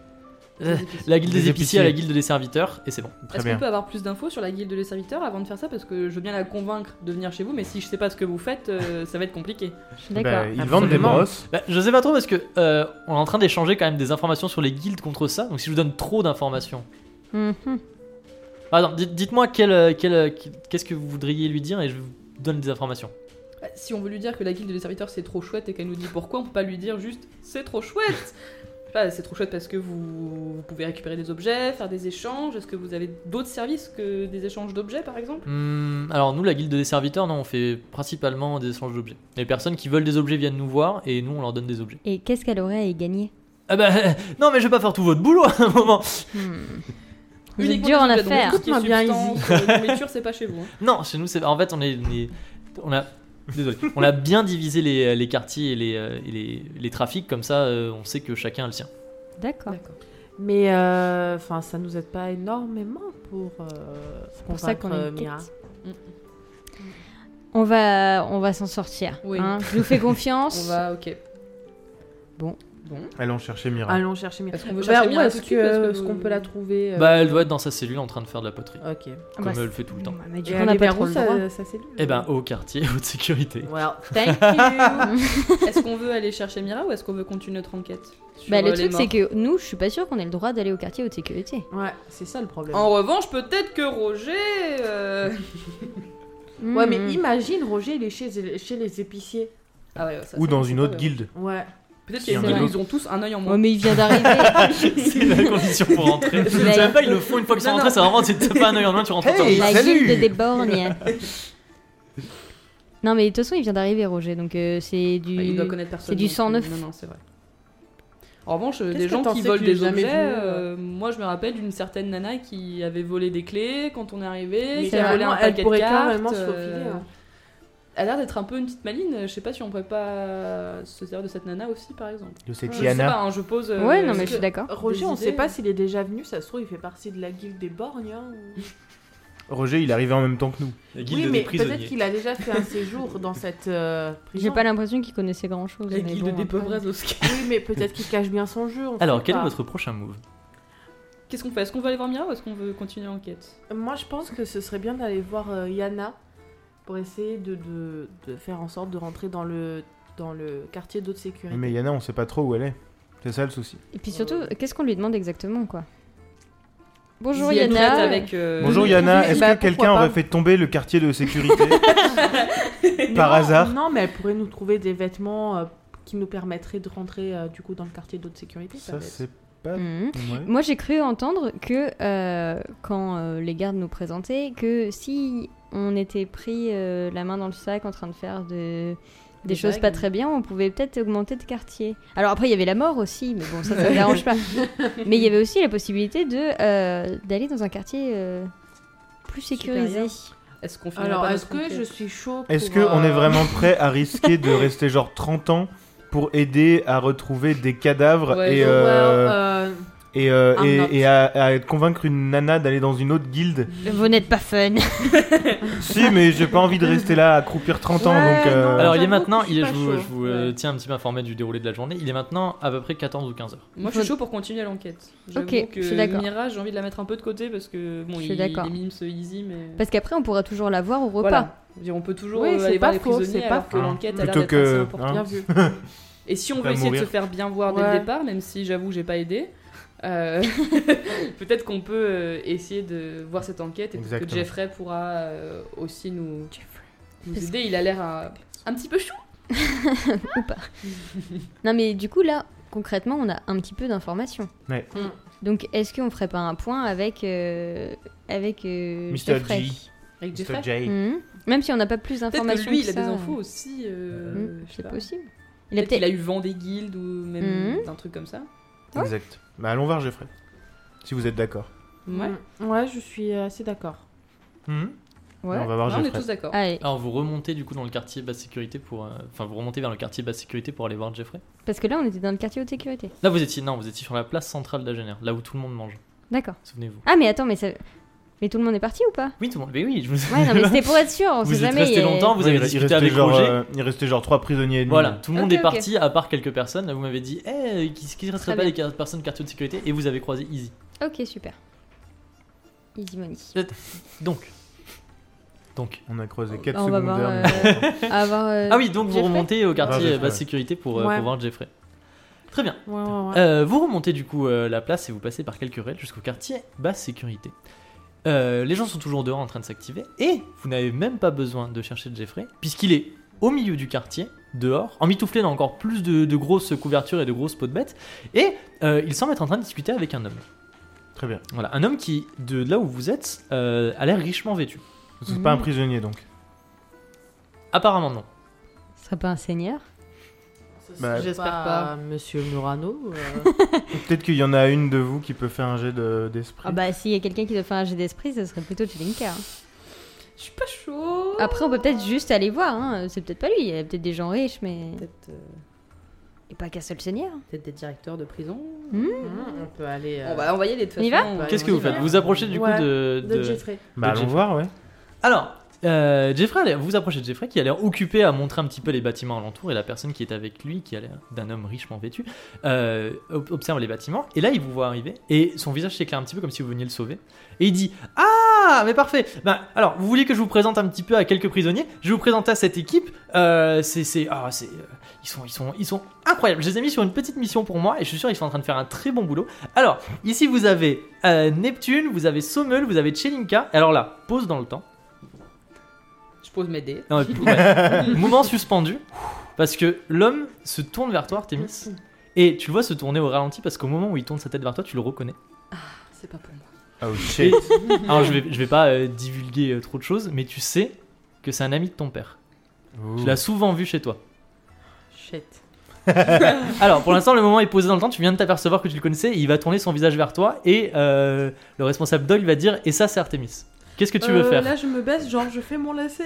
La guilde des Des épiciers à la épiciers. guilde des serviteurs, et c'est bon. Très Est-ce bien. qu'on peut avoir plus d'infos sur la guilde des serviteurs avant de faire ça? Parce que je veux bien la convaincre de venir chez vous, mais si je sais pas ce que vous faites, ça va être compliqué. D'accord. Bah, ils vendent des Absolument. brosses. Je sais pas trop parce que on est en train d'échanger quand même des informations sur les guildes contre ça, donc si je vous donne trop d'informations. Mhm. Par exemple, dites-moi qu'est-ce que vous voudriez lui dire et je vous donne des informations. Si on veut lui dire que la guilde des serviteurs c'est trop chouette et qu'elle nous dit pourquoi, on peut pas lui dire juste c'est trop chouette. Je sais pas, c'est trop chouette parce que vous pouvez récupérer des objets, faire des échanges. Est-ce que vous avez d'autres services que des échanges d'objets par exemple? Alors nous, la guilde des serviteurs, non, on fait principalement des échanges d'objets. Les personnes qui veulent des objets viennent nous voir et nous on leur donne des objets. Et qu'est-ce qu'elle aurait à y gagner? Ah bah non mais je vais pas faire tout votre boulot à un moment. Hmm. Vous êtes Uniquement dur en des objets, donc affaires. tout ce qui est Écoute-moi bien, substance, nourriture, c'est pas chez vous. Hein. Non, chez nous c'est en fait on a bien divisé les quartiers et les trafics comme ça on sait que chacun a le sien. D'accord. Mais enfin, ça nous aide pas énormément pour pour ça qu'on est convaincre une Mira. quête. On va s'en sortir. Oui. Hein. Je vous fais confiance. On va, ok. Bon. Allons chercher Mira. Allons chercher Mira. Est-ce qu'on veut Bah, chercher où Mira est-ce tout de suite, parce que- que est-ce qu'on peut la trouver Bah elle doit être dans sa cellule en train de faire de la poterie, Ok. Ah comme bah, elle le fait tout le temps. Mais du Et coup, on n'a aller pas vers trop où le droit. sa cellule Eh ben au quartier haute sécurité. Well, thank you. Est-ce qu'on veut aller chercher Mira ou est-ce qu'on veut continuer notre enquête sur, Bah, le les truc, morts c'est que nous, je suis pas sûre qu'on ait le droit d'aller au quartier haute sécurité. Ouais, c'est ça le problème. En revanche, peut-être que Roger. Ouais, mais Mhm. imagine, Roger, il est chez les épiciers. Ah ouais, ça, Ou ça, dans c'est une pas autre vrai. guilde. Ouais. Peut-être Si, qu'ils en ils ont tous un œil en moins. Ouais, mais il vient d'arriver. C'est la condition pour rentrer. Je La- sais même pas, ils le font une fois qu'ils sont Non, rentrés, non. c'est vraiment, tu t'as pas un œil en main, tu rentres Hey, pas. La salut. guilde des borgnes. Non, mais de toute façon, il vient d'arriver, Roger. Donc, c'est du. Bah, il doit connaître personne. c'est du donc, 109. Non, non, c'est vrai. En revanche, Qu'est-ce des que gens t'en qui sais volent qu'il est des jamais objets, venu, moi je me rappelle d'une certaine nana qui avait volé des clés quand on est arrivé, Mais qui a volé un carrément, elle paquet pourrait de cartes. carrément se faufiler, hein. Elle a l'air d'être un peu une petite maline. Je sais pas si on pourrait pas se servir de cette nana aussi, par exemple. De cette Je sais pas, Tiana. hein, je pose. Ouais, non, mais parce je suis que- d'accord. Roger, Des on idées. sait pas s'il est déjà venu, ça se trouve, il fait partie de la guilde des borgnes. Hein, ou- Roger, il est arrivé en même temps que nous. La guilde Oui, mais des prisonniers. peut-être qu'il a déjà fait un séjour dans cette prison. J'ai pas l'impression qu'il connaissait grand chose. La guilde des pauvres après. Oscar. Oui, mais peut-être qu'il cache bien son jeu. on Alors, sait quel est pas. votre prochain move? Qu'est-ce qu'on fait? Est-ce qu'on veut aller voir Mira ou est-ce qu'on veut continuer l'enquête? Moi, je pense que ce serait bien d'aller voir Yana pour essayer de faire en sorte de rentrer dans le quartier d'eau de sécurité. Mais Yana, on sait pas trop où elle est. C'est ça le souci. Et puis surtout, qu'est-ce qu'on lui demande exactement, quoi? Bonjour Si elle traite Yana. avec, Bonjour Yana, est-ce Bah, que quelqu'un pourquoi pas. aurait fait tomber le quartier de sécurité par hasard? Non, mais elle pourrait nous trouver des vêtements qui nous permettraient de rentrer du coup dans le quartier d'eau de sécurité. Ça, va être- c'est pas. Mhm. Ouais. Moi, j'ai cru entendre que quand les gardes nous présentaient, que si on était pris la main dans le sac en train de faire des choses vagues. pas très bien, on pouvait peut-être augmenter de quartier. Alors après, il y avait la mort aussi, mais bon, ça me dérange pas. Mais il y avait aussi la possibilité d'aller dans un quartier plus sécurisé. Supérieur. Est-ce qu'on finira Alors, pas est-ce notre que enquête? je suis chaud Est-ce pour, qu'on est vraiment prêt à risquer de rester genre 30 ans pour aider à retrouver des cadavres Ouais, et, ouais, I'm not. à convaincre une nana d'aller dans une autre guilde? Vous n'êtes pas fun. Si, mais j'ai pas envie de rester là à croupir 30 ans, Ouais, donc... non. Alors il est j'avoue maintenant, que je suis pas je chaud. vous tiens un petit peu informé du déroulé de la journée, il est maintenant à peu près 14 ou 15 heures. Moi, je suis chaud pour continuer l'enquête. J'avoue Ok, que je suis d'accord. Mira, j'ai envie de la mettre un peu de côté parce que bon, Je suis il d'accord. est mime ce easy, mais Parce qu'après, on pourra toujours la voir au repas. voilà. Je veux dire, on peut toujours Oui, c'est aller voir pas les faux, prisonniers c'est pas alors que faux. l'enquête a l'air Plutôt d'être assez que- importante. Bien vu. Et si on Pas veut essayer de mourir. se faire bien voir dès Ouais. le départ, même si j'avoue j'ai pas aidé, peut-être qu'on peut essayer de voir cette enquête et peut-être que Exactement. Jeffrey pourra aussi nous aider. Il a l'air un petit peu chou. Ou pas. Non, mais du coup, là, concrètement, on a un petit peu d'informations. Ouais. Donc, est-ce qu'on ferait pas un point avec Mr. Jeffrey G. Avec Mr. Jeffrey. J. Mhm. Même si on n'a pas plus Peut-être d'informations. que lui, il a ça. des infos aussi. je sais C'est pas. possible. Il a Peut-être qu'il peut-être. a eu vent des guildes ou même Mhm. d'un truc comme ça. Ouais. Exact. Bah allons voir Jeffrey. Si vous êtes d'accord. Ouais. Ouais, je suis assez d'accord. Ouais. On va voir Ouais, on est Jeffrey. tous d'accord. Allez, Alors vous remontez du coup dans le quartier basse sécurité pour... Enfin vous remontez vers le quartier basse sécurité pour aller voir Jeffrey. parce que là, on était dans le quartier haute sécurité. Là vous étiez sur la place centrale d'Agener, là où tout le monde mange. D'accord. Souvenez-vous. Ah, mais attends, mais ça. Mais tout le monde est parti ou pas? Oui tout le monde. Mais oui, je vous. Ouais, non, mais c'était pour être sûr, on Vous sait êtes jamais. resté longtemps, vous Ouais, avez il discuté restait avec genre, Roger. il restait genre 3 prisonniers et demi. Voilà, tout le monde Ok, est ok. parti à part quelques personnes. Là vous m'avez dit, qui resterait Très pas bien. des personnes quartier de sécurité et vous avez croisé Easy. Ok, super. Easy money. Donc. On a croisé 4 On va voir. secondaires. Ah oui, donc vous Jeffrey remontez au quartier Jeffrey, basse ouais. sécurité pour Ouais. voir Jeffrey. Très bien. Ouais. Vous remontez du coup la place et vous passez par quelques ruelles jusqu'au quartier basse sécurité. Les gens sont toujours dehors en train de s'activer et vous n'avez même pas besoin de chercher Jeffrey puisqu'il est au milieu du quartier, dehors, emmitouflé dans encore plus de grosses couvertures et de grosses peaux de bêtes et il semble être en train de discuter avec un homme. Très bien. Voilà, un homme qui, de là où vous êtes, a l'air richement vêtu. C'est pas un prisonnier donc. Apparemment non. Ce serait pas un seigneur? Bah, J'espère pas. Monsieur Murano. Peut-être qu'il y en a une de vous qui peut faire un jet d'esprit. Ah bah s'il y a quelqu'un qui doit faire un jet d'esprit, ce serait plutôt Chelinka. Hein. Je suis pas chaud. Après on peut peut-être juste aller voir, hein. C'est peut-être pas lui, il y a peut-être des gens riches, mais... Peut-être Et pas qu'un seul seigneur. peut-être des directeurs de prison. On peut aller. On va y aller de toute On y façon. va Qu'est-ce que vous faites? Vous approchez du coup Ouais, de... Jeffrey. Bah allons voir, ouais. Alors, Jeffrey, vous vous approchez de Jeffrey qui a l'air occupé à montrer un petit peu les bâtiments alentours et la personne qui est avec lui, qui a l'air d'un homme richement vêtu, observe les bâtiments et là il vous voit arriver et son visage s'éclaire un petit peu comme si vous veniez le sauver et il dit « Ah, mais parfait. Ben, alors, vous voulez que je vous présente un petit peu à quelques prisonniers? Je vais vous présenter à cette équipe. Ils sont incroyables. Je les ai mis sur une petite mission pour moi et je suis sûr qu'ils sont en train de faire un très bon boulot. Alors, ici vous avez Neptune, vous avez Sommel, vous avez Chelinka. Alors là, pause dans le temps. Je pose mes dés. Non, ouais. Moment suspendu parce que l'homme se tourne vers toi, Artemis, et tu le vois se tourner au ralenti parce qu'au moment où il tourne sa tête vers toi, tu le reconnais. C'est pas pour moi. Oh Et, shit. alors je vais pas divulguer trop de choses, mais tu sais que c'est un ami de ton père. Ouh. Tu l'as souvent vu chez toi. Shit. Alors pour l'instant, le moment est posé dans le temps. Tu viens de t'apercevoir que tu le connaissais. Et il va tourner son visage vers toi et le responsable Doyle va dire et ça c'est Artemis. Qu'est-ce que tu veux faire? Là, je me baisse, genre, je fais mon lacet.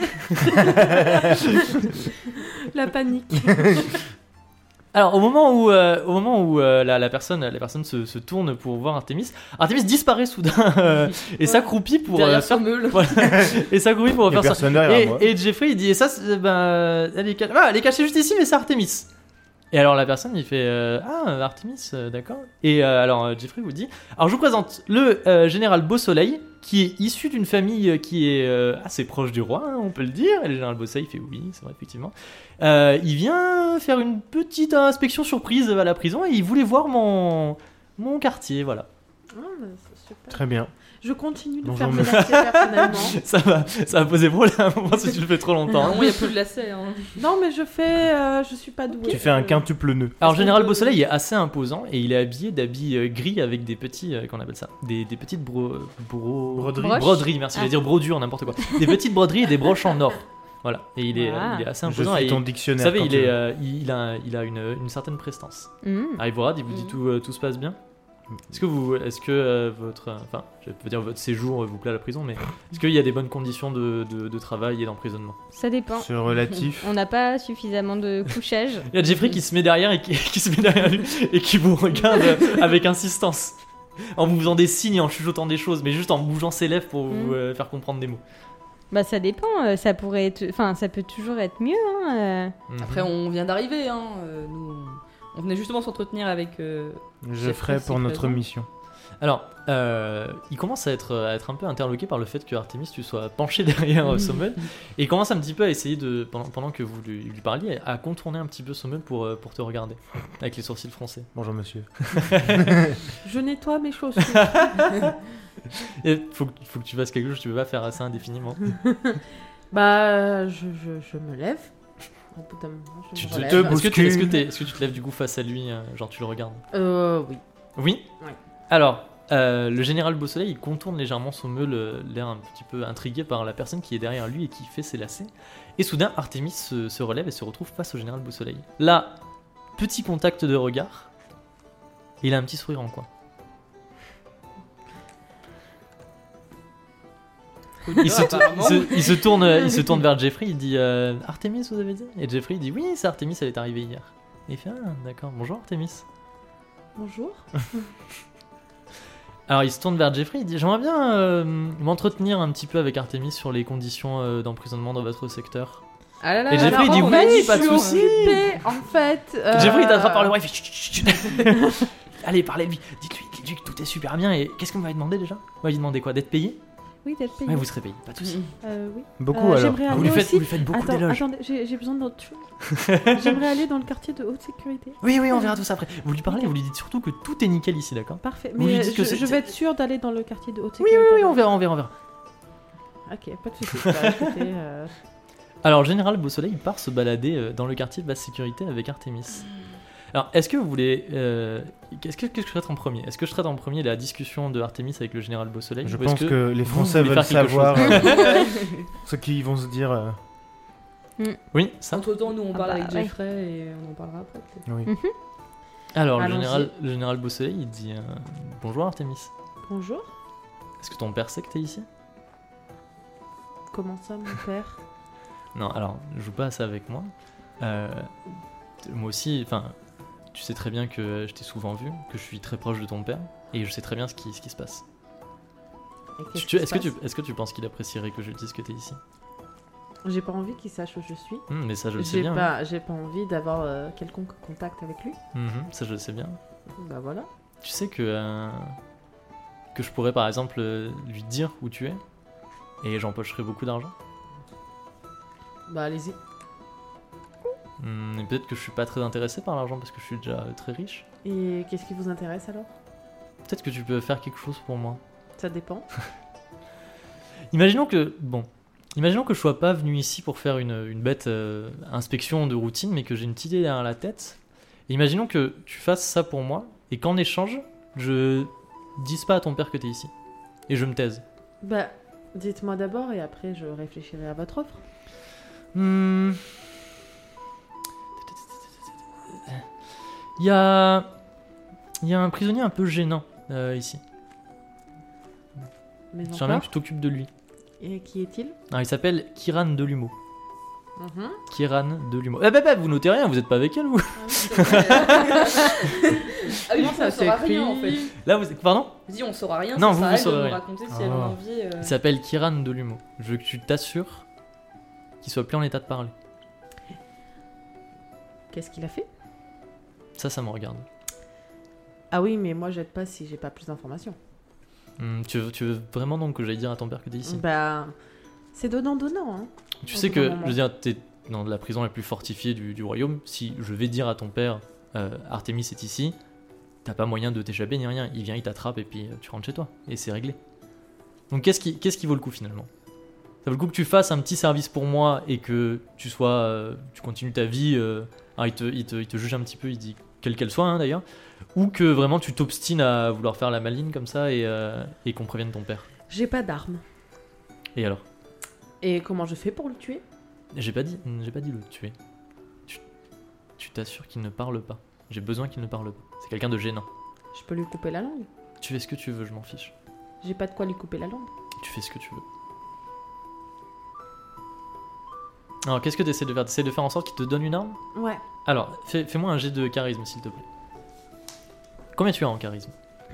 La panique. Alors au moment où la personne se tourne pour voir Artemis disparaît soudain et s'accroupit pour Derrière faire Sommel. voilà. Et s'accroupit pour Il y a faire ça. personne derrière moi. Et Jeffrey il dit et ça elle est cachée juste ici mais c'est Artemis. Et alors la personne il fait ah Artemis d'accord. Et alors Jeffrey vous dit alors je vous présente le général Beausoleil qui est issu d'une famille qui est assez proche du roi, hein, on peut le dire. Et le général Beausoleil fait oui c'est vrai effectivement. Il vient faire une petite inspection surprise à la prison et il voulait voir mon quartier voilà. Ah, bah, c'est super. Très bien. Je continue de Bonjour, faire mes monsieur. lacets personnellement. Ça va poser problème si tu le fais trop longtemps. Non, il n'y a plus de lacets. Hein. Non, mais je suis pas douée. Tu fais un quintuple nœud. Alors Est-ce Général qu'on peut- Beausoleil est assez imposant et il est habillé d'habits gris avec des petits qu'on appelle ça des petites Broderies. broderies merci j'allais dire brodures n'importe quoi des petites broderies et des broches en or voilà et il est assez Je imposant suis et ton vous dictionnaire. savez quand il tu veux. est il a une certaine prestance. Ah, il vous regarde, il vous dit tout se passe bien. Est-ce que votre enfin je veux dire votre séjour vous plaît à la prison mais est-ce qu'il y a des bonnes conditions de travail et d'emprisonnement? Ça dépend. C'est relatif. On n'a pas suffisamment de couchage. Il y a Jeffrey qui se met derrière et qui se met derrière lui et qui vous regarde avec insistance. En vous faisant des signes et en chuchotant des choses, mais juste en bougeant ses lèvres pour vous faire comprendre des mots. Bah ça dépend, ça pourrait être... Enfin, ça peut toujours être mieux, hein. Après, on vient d'arriver. Hein. Nous, on venait justement s'entretenir avec. Je ferai précis pour notre présent. mission. Alors, il commence à être un peu interloqué par le fait que Artemis, tu sois penché derrière Sommel, et il commence un petit peu à essayer de, pendant que vous lui parliez, à contourner un petit peu Sommel pour te regarder, avec les sourcils froncés. Bonjour monsieur. Je nettoie mes chaussures. Et faut que tu fasses quelque chose, tu peux pas faire ça indéfiniment. Bah, je me lève. Au bout d'un moment, je Tu me te relève. te Est-ce bouscules. que tu te lèves du coup face à lui, genre tu le regardes? Oui. Oui. Ouais. Alors, le général Beausoleil, il contourne légèrement Sommel, l'air un petit peu intrigué par la personne qui est derrière lui et qui fait ses lacets. Et soudain, Artemis se relève et se retrouve face au général Beausoleil. Là, petit contact de regard, et il a un petit sourire en coin. Il se tourne vers Jeffrey, il dit Artemis, vous avez dit? Et Jeffrey il dit oui, c'est Artemis, elle est arrivée hier. Et il fait ah, d'accord, bonjour Artemis. Bonjour. Alors il se tourne vers Jeffrey, il dit j'aimerais bien m'entretenir un petit peu avec Artemis sur les conditions d'emprisonnement dans votre secteur. Ah là là, Et Jeffrey, il dit on oui, m'a dit pas de sûr. souci. En fait. Jeffrey il t'attrape par le bras, il fait chut, chut, chut. Allez, parlez-lui, dites-lui que tout est super bien. Et qu'est-ce qu'on m'avait demandé déjà? Vous m'avez demandé quoi? D'être payé? Oui, d'être payé. Ouais, vous serez payé, pas de souci. Oui. Beaucoup alors. J'aimerais Vous aller lui aussi. faites beaucoup Attends, d'éloges. attendez, j'ai besoin d'autre chose. J'aimerais aller dans le quartier de haute sécurité. Oui, on verra tout ça après. Vous lui parlez, vous lui dites surtout que tout est nickel ici, d'accord? Parfait. Vous lui Mais dites que c'est- je vais être sûre d'aller dans le quartier de haute Oui, sécurité. on verra. Ok, pas de soucis. Bah, écoutez, Alors, Général Beausoleil part se balader dans le quartier de basse sécurité avec Artemis. Alors, est-ce que vous voulez... qu'est-ce que je traite en premier? Est-ce que je traite en premier la discussion de Artemis avec le Général Beausoleil? Je ou est-ce pense que les Français voulez veulent faire quelque savoir Ouais. ce qu'ils vont se dire. Oui, ça. Entre temps, nous on Ah parle bah, avec ouais. Jeffrey et on en parlera après. peut-être. Oui. Alors, le Allons-y. général Beausoleil, il dit bonjour Artemis. bonjour. Est-ce que ton père sait que t'es ici? Comment ça, mon père? Non, alors, joue pas à ça avec moi. Moi aussi, enfin, tu sais très bien que je t'ai souvent vu, que je suis très proche de ton père, et je sais très bien ce qui se passe. Et qu'est-ce qui se passe Est-ce que tu penses qu'il apprécierait que je dise que t'es ici? J'ai pas envie qu'il sache où je suis. Mais ça, je le sais bien. J'ai pas envie d'avoir quelconque contact avec lui. Ça, je le sais bien. Bah voilà. Tu sais que je pourrais, par exemple, lui dire où tu es, et j'empocherais beaucoup d'argent. Bah allez-y. Et peut-être que je suis pas très intéressé par l'argent parce que je suis déjà très riche. Et qu'est-ce qui vous intéresse alors? Peut-être que tu peux faire quelque chose pour moi. Ça dépend. Imaginons que je sois pas venu ici pour faire une bête inspection de routine, mais que j'ai une petite idée derrière la tête. Et imaginons que tu fasses ça pour moi, et qu'en échange, je dise pas à ton père que t'es ici. Et je me taise. Bah dites-moi d'abord et après je réfléchirai à votre offre. Il y a un prisonnier un peu gênant ici. Mais J'aimerais bien encore. que tu t'occupes de lui. Et qui est-il? Alors, il s'appelle Kiran Delumeau. Mhm. Kiran Delumeau. Vous notez rien, vous êtes pas avec elle, vous? Ah oui, Comment on ça saura s'écrit? rien en fait. Là, pardon? Vas-y, on saura rien. Non, ça vous sert à elle saurez de nous rien. raconter si elle a Ah. envie. Il s'appelle Kiran Delumeau. Je veux que tu t'assures qu'il soit plus en état de parler. Qu'est-ce qu'il a fait? Ça me regarde. Ah oui, mais moi, j'aide pas si j'ai pas plus d'informations. Tu veux vraiment donc que j'aille dire à ton père que t'es ici? Bah, c'est donnant-donnant. Hein. Tu Au sais bout que, d'un je moment. veux dire, t'es dans la prison la plus fortifiée du royaume. Si je vais dire à ton père, Artemis est ici, t'as pas moyen de t'échapper ni rien. Il vient, il t'attrape et puis tu rentres chez toi. Et c'est réglé. Donc qu'est-ce qui vaut le coup finalement? Ça vaut le coup que tu fasses un petit service pour moi et que tu continues ta vie. Alors il te juge un petit peu, il dit quelle qu'elle soit hein, d'ailleurs. Ou que vraiment tu t'obstines à vouloir faire la maline comme ça et qu'on prévienne ton père. J'ai pas d'armes. Et alors? Et comment je fais pour le tuer? J'ai pas dit le tuer. Tu t'assures qu'il ne parle pas. J'ai besoin qu'il ne parle pas. C'est quelqu'un de gênant. Je peux lui couper la langue. Tu fais ce que tu veux, je m'en fiche. J'ai pas de quoi lui couper la langue. Tu fais ce que tu veux. Alors, qu'est-ce que tu essaies de faire? Tu essaies de faire en sorte qu'il te donne une arme? Ouais. Alors, fais-moi un jet de charisme, s'il te plaît. Combien tu as en charisme?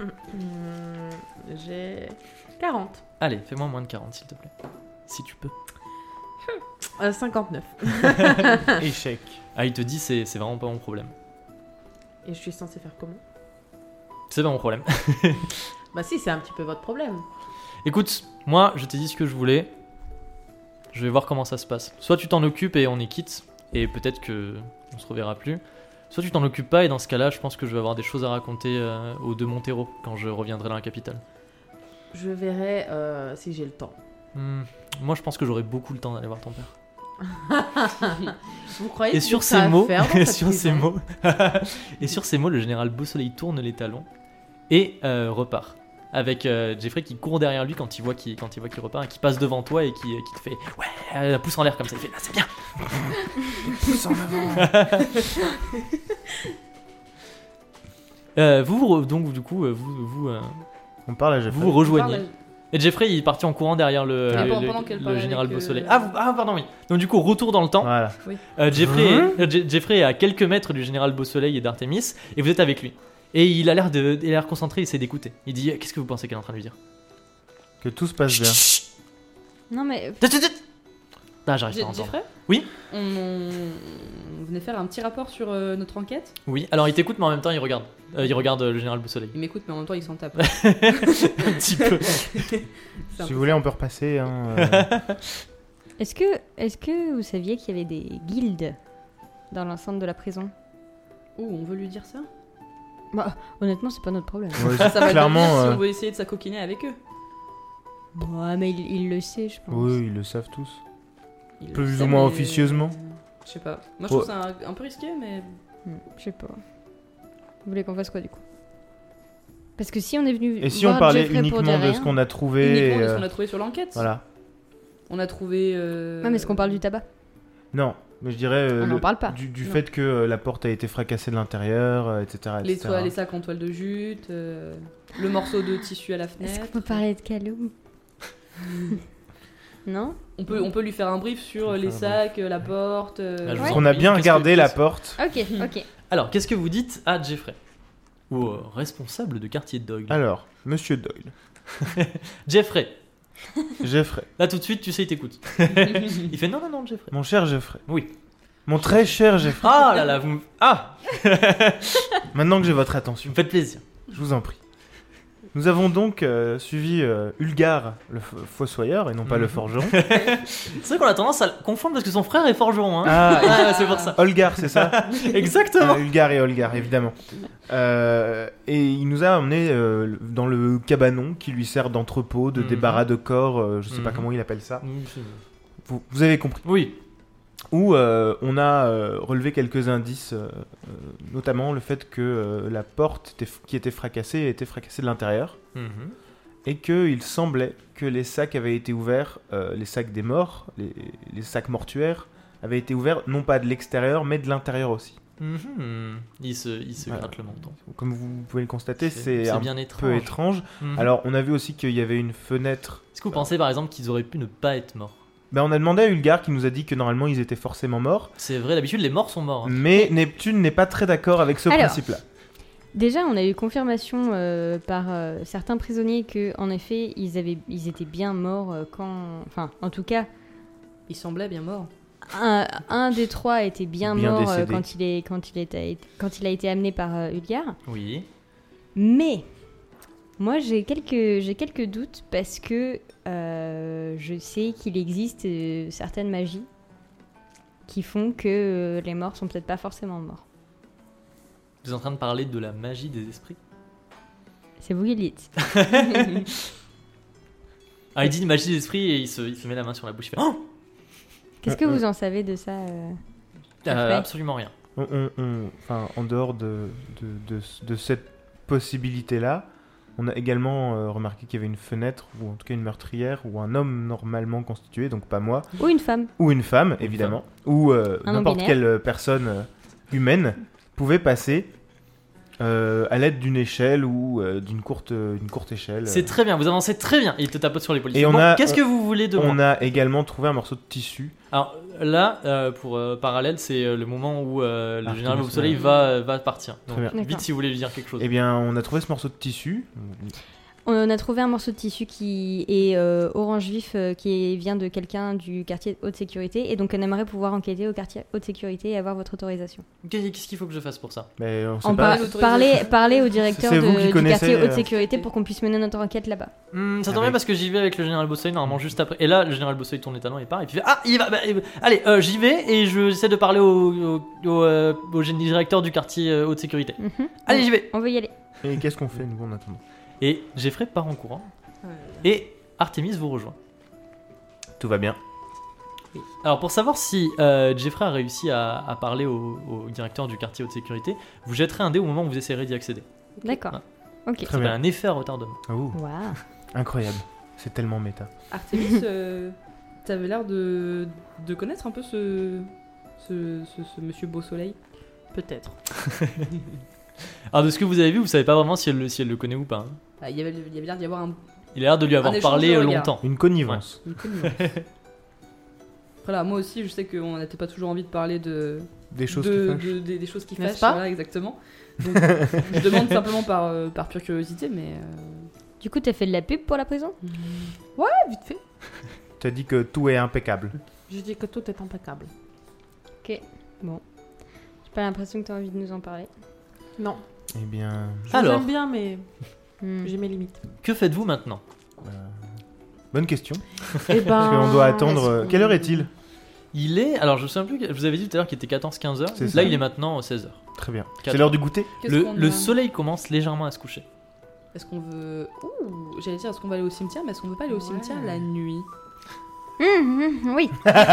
J'ai 40. Allez, fais-moi moins de 40, s'il te plaît. Si tu peux. 59. Échec. Ah, il te dit, c'est vraiment pas mon problème. Et je suis censée faire comment? C'est pas mon problème. Bah si, c'est un petit peu votre problème. Écoute, moi, je t'ai dit ce que je voulais. Je vais voir comment ça se passe. Soit tu t'en occupes et on est quitte, et peut-être que on se reverra plus. Soit tu t'en occupes pas, et dans ce cas-là, je pense que je vais avoir des choses à raconter aux deux Montero quand je reviendrai dans la capitale. Je verrai si j'ai le temps. Moi, je pense que j'aurai beaucoup le temps d'aller voir ton père. Vous croyez Et que sur ça ces à mots, faire dans cette sur ces prison mots, et sur ces mots, le général Beausoleil tourne les talons et repart. Avec Jeffrey qui court derrière lui quand il voit qu'il repart et qui passe devant toi et qui te fait ouais, pouce en l'air comme ça. Il fait là, c'est bien. Pousse en avant. Donc du coup, On parle à Jeffrey. vous rejoignez. Et Jeffrey il est parti en courant derrière le pendant qu'elle parlait général avec, Beausoleil. Pardon, oui. Donc du coup, retour dans le temps. Voilà. Jeffrey est à quelques mètres du général Beausoleil et d'Artemis et vous êtes avec lui. Et il a l'air concentré, il essaie d'écouter. Il dit qu'est-ce que vous pensez qu'elle est en train de lui dire? Que tout se passe bien. Non, mais Ah, j'arrive pas à entendre. Jeffrey, Oui. on venait faire un petit rapport sur notre enquête. Oui, alors il t'écoute, mais en même temps il regarde. Il regarde le général Beausoleil. Il m'écoute, mais en même temps, il s'en tape. Un petit peu. Si vous voulez, on peut repasser. Hein, est-ce que vous saviez qu'il y avait des guildes dans l'enceinte de la prison? Oh, on veut lui dire ça? Bah, honnêtement, c'est pas notre problème. ouais, Ça va clairement. devenir si on veut essayer de s'acoquiner avec eux. Ouais, mais il le sait, je pense. Oui, ils le savent tous. Ils Plus le ou savent, moins mais- officieusement. Je sais pas. Moi, je trouve Ouais. ça un peu risqué, mais. Je sais pas. Vous voulez qu'on fasse quoi du coup? Parce que si on est venu Et si voir on parlait Jeffrey pour uniquement dire de ce rien- qu'on a trouvé Uniquement de ce qu'on a trouvé sur l'enquête. Voilà. On a trouvé. Non, mais est-ce qu'on parle du tabac? Non, mais je dirais On n'en parle pas. du Non. fait que la porte a été fracassée de l'intérieur, etc. Les, etc. les sacs en toile de jute, le morceau de tissu à la Est-ce fenêtre. qu'on peut parler de Kaloum? Non? On peut lui faire un brief sur On peut les faire un sacs, la porte. je vous Parce en qu'on a prie. bien Qu'est-ce regardé que- la qu'est-ce- porte. Ok, ok. Alors, qu'est-ce que vous dites à Jeffrey? Ou responsable de quartier de Doyle. Alors, Monsieur Doyle. Jeffrey, Jeffrey. là tout de suite, tu sais, il t'écoute. Il fait non, Jeffrey. Mon cher Jeffrey. Oui. Mon très cher Jeffrey. Ah là là, vous Maintenant que j'ai votre me attention, faites plaisir. je vous en prie. Nous avons donc suivi Ulgar, le fossoyeur, et non pas le Mhm. forgeron. C'est vrai qu'on a tendance à le confondre parce que son frère est forgeron. Hein. Ah, C'est pour ça. Olgar, c'est ça Exactement. Ulgar et Olgar, évidemment. Et il nous a emmenés dans le cabanon qui lui sert d'entrepôt, de Mhm. débarras de corps, je sais pas Mhm. comment il appelle ça. Vous avez compris. Oui. Où on a relevé quelques indices, notamment le fait que la porte qui était fracassée de l'intérieur, Mhm. et qu'il semblait que les sacs avaient été ouverts, les sacs des morts, les sacs mortuaires, avaient été ouverts non pas de l'extérieur, mais de l'intérieur aussi. Mhm. Il se Voilà. gratte le menton. Comme vous pouvez le constater, c'est un bien peu étrange. étrange. Mhm. Alors, on a vu aussi qu'il y avait une fenêtre. Est-ce que vous pensez par exemple qu'ils auraient pu ne pas être morts? Ben, on a demandé à Ulgar qui nous a dit que normalement ils étaient forcément morts, C'est vrai, d'habitude les morts sont morts. hein. mais Neptune n'est pas très d'accord avec ce Alors. principe-là. Déjà, on a eu confirmation par certains prisonniers que, en effet, ils étaient bien morts quand. Enfin, en tout cas, Il semblait bien mort. un des trois était bien Bien mort décédé. quand il a été amené par Ulgar. Oui. Mais moi j'ai quelques doutes parce que je sais qu'il existe certaines magies qui font que les morts sont peut-être pas forcément morts. Vous êtes en train de parler de la magie des esprits. C'est vous qui le dites. Ah, il dit magie des esprits et il se met la main sur la bouche. Il fait oh Qu'est-ce que vous en savez de ça Après absolument rien. Enfin, en dehors de cette possibilité-là, on a également remarqué qu'il y avait une fenêtre, ou en tout cas une meurtrière, où un homme normalement constitué, donc pas moi, Ou une femme. ou une femme, évidemment, ou n'importe non-binaire. quelle personne humaine pouvait passer à l'aide d'une échelle ou d'une courte échelle. C'est très bien, vous avancez très bien. Il te tapote sur l'épaule. Il Et fait, on bon, a- qu'est-ce que vous voulez de moi? On a également trouvé un morceau de tissu. Alors là, pour parallèle, c'est le moment où le Ah, général Artemis, Bob Soleil ouais. va partir. Donc, Très bien. vite si vous voulez lui dire quelque chose. Eh bien, on a trouvé ce morceau de tissu. On a trouvé un morceau de tissu qui est orange vif, qui vient de quelqu'un du quartier haute sécurité, et donc on aimerait pouvoir enquêter au quartier haute sécurité et avoir votre autorisation. Qu'est-ce qu'il faut que je fasse pour ça? Mais on sait En pas. parler au directeur C'est vous qui du connaissez, quartier haute sécurité pour qu'on puisse mener notre enquête là-bas. Ça tombe bien Avec- parce que j'y vais avec le général Bob Soleil normalement juste après. Et là, le général Bob Soleil tourne les talons et part. Et puis il fait ah, il va. Allez, j'y vais et j'essaie de parler au directeur du quartier haute sécurité. Mhm. Allez, j'y vais. On veut y aller. Et qu'est-ce qu'on fait, nous, en attendant? Et Jeffrey part en courant. Et Artemis vous rejoint. Tout va bien. Alors pour savoir si Jeffrey a réussi à parler au directeur du quartier haute sécurité, vous jetterez un dé au moment où vous essayerez d'y accéder. D'accord. Ouais. Ok. Très Ça bien. un effet à retardement. Ouh, Waouh. incroyable. C'est tellement méta. Artemis, t'avais l'air de connaître un peu ce monsieur Beau Soleil. Peut-être. Alors de ce que vous avez vu, vous savez pas vraiment si elle le connaît ou pas. hein. Ah, il y avait l'air d'y avoir Il a l'air de lui avoir échange parlé de regards. longtemps. Une connivence. une connivence. Voilà, moi aussi, je sais qu'on n'était pas toujours envie de parler Des choses qui fâchent. des choses qui N'est-ce fâchent. pas Voilà, exactement. Donc, je demande simplement par pure curiosité, mais Du coup, t'as fait de la pub pour la prison Ah, vite fait. Tu as dit que tout est impeccable. Je dis que tout est impeccable. J'ai pas l'impression que t'as envie de nous en parler. Non. Eh bien, Alors. J'aime bien, mais Hmm. j'ai mes limites. Que faites-vous maintenant? bonne question. Eh ben. Parce qu'on doit attendre. est-ce qu'on- Quelle heure est-il? Il est, alors je me souviens plus, je vous avais dit tout à l'heure qu'il était 14-15 heures. C'est Là ça. il est maintenant 16 heures. Très bien. Quatre. C'est l'heure du goûter? qu'est-ce qu'on Le a soleil commence légèrement à se coucher. Est-ce qu'on veut. Ouh, j'allais dire, est-ce qu'on va aller au cimetière, mais est-ce qu'on veut pas aller au cimetière la nuit? Oui.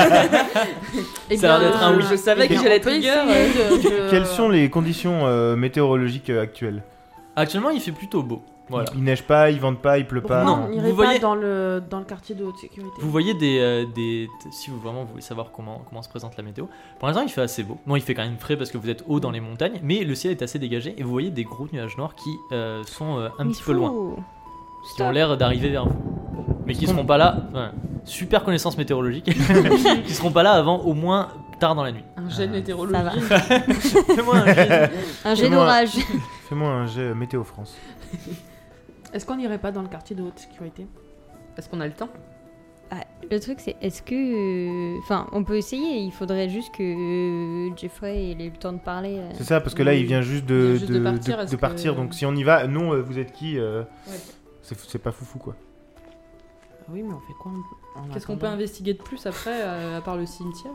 Eh Ça a l'air bien, d'être un oui. Je savais que bien, j'allais on peut trigger. essayer Quelles sont les conditions météorologiques actuelles? Actuellement il fait plutôt beau. Voilà. Il neige pas, il vente pas, il pleut pas. Non. Non, on n'irait Vous pas voyez- dans le quartier de haute sécurité. Vous voyez si vous vraiment voulez savoir comment se présente la météo. Pour l'instant il fait assez beau. Bon il fait quand même frais parce que vous êtes haut dans les montagnes, mais le ciel est assez dégagé et vous voyez des gros nuages noirs qui sont un petit peu loin, qui ont l'air d'arriver vers vous, mais qui seront pas là. Ouais. Super connaissance météorologique, qui seront pas là avant au moins tard dans la nuit. Un jet de Ça météorologie. Fais-moi un jet. Un jet Fais-moi- d'orage. Fais-moi un jet Météo France. Est-ce qu'on n'irait pas dans le quartier de haute sécurité? Est-ce qu'on a le temps? Le truc, c'est est-ce que. Enfin, on peut essayer, il faudrait juste que Jeffrey ait eu le temps de parler. C'est ça, parce que là, Oui. il vient juste Il vient de, juste de partir, de est-ce partir. que- Donc si on y va, non, vous êtes qui C'est pas foufou, quoi. Ah oui, mais on fait quoi en Qu'est-ce qu'on peut attendant investiguer de plus après, à part le cimetière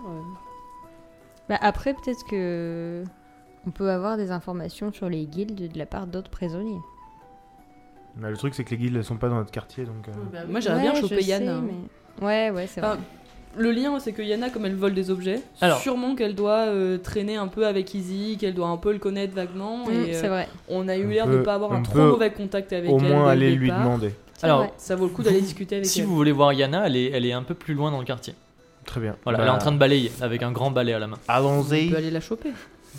Bah, après, peut-être que. On peut avoir des informations sur les guildes de la part d'autres prisonniers. Bah, le truc, c'est que les guildes, elles sont pas dans notre quartier, donc... Bah oui. Moi, j'aimerais bien Ouais, choper je Yann. sais, hein. mais- Ouais, c'est vrai. Enfin, le lien, c'est que Yana, comme elle vole des objets, Alors. sûrement qu'elle doit traîner un peu avec Izzy, qu'elle doit un peu le connaître vaguement. Et C'est vrai. on a eu On l'air de peut- pas avoir un on trop peut mauvais contact avec Au elle. moins dès aller le lui départ. demander. C'est Alors, vrai. Ça vaut le coup d'aller discuter avec Si elle. vous voulez voir Yana, elle est un peu plus loin dans le quartier. Très bien. Voilà, Bah, elle est en train de balayer avec un grand balai à la main. On Allons-y. peut aller la choper.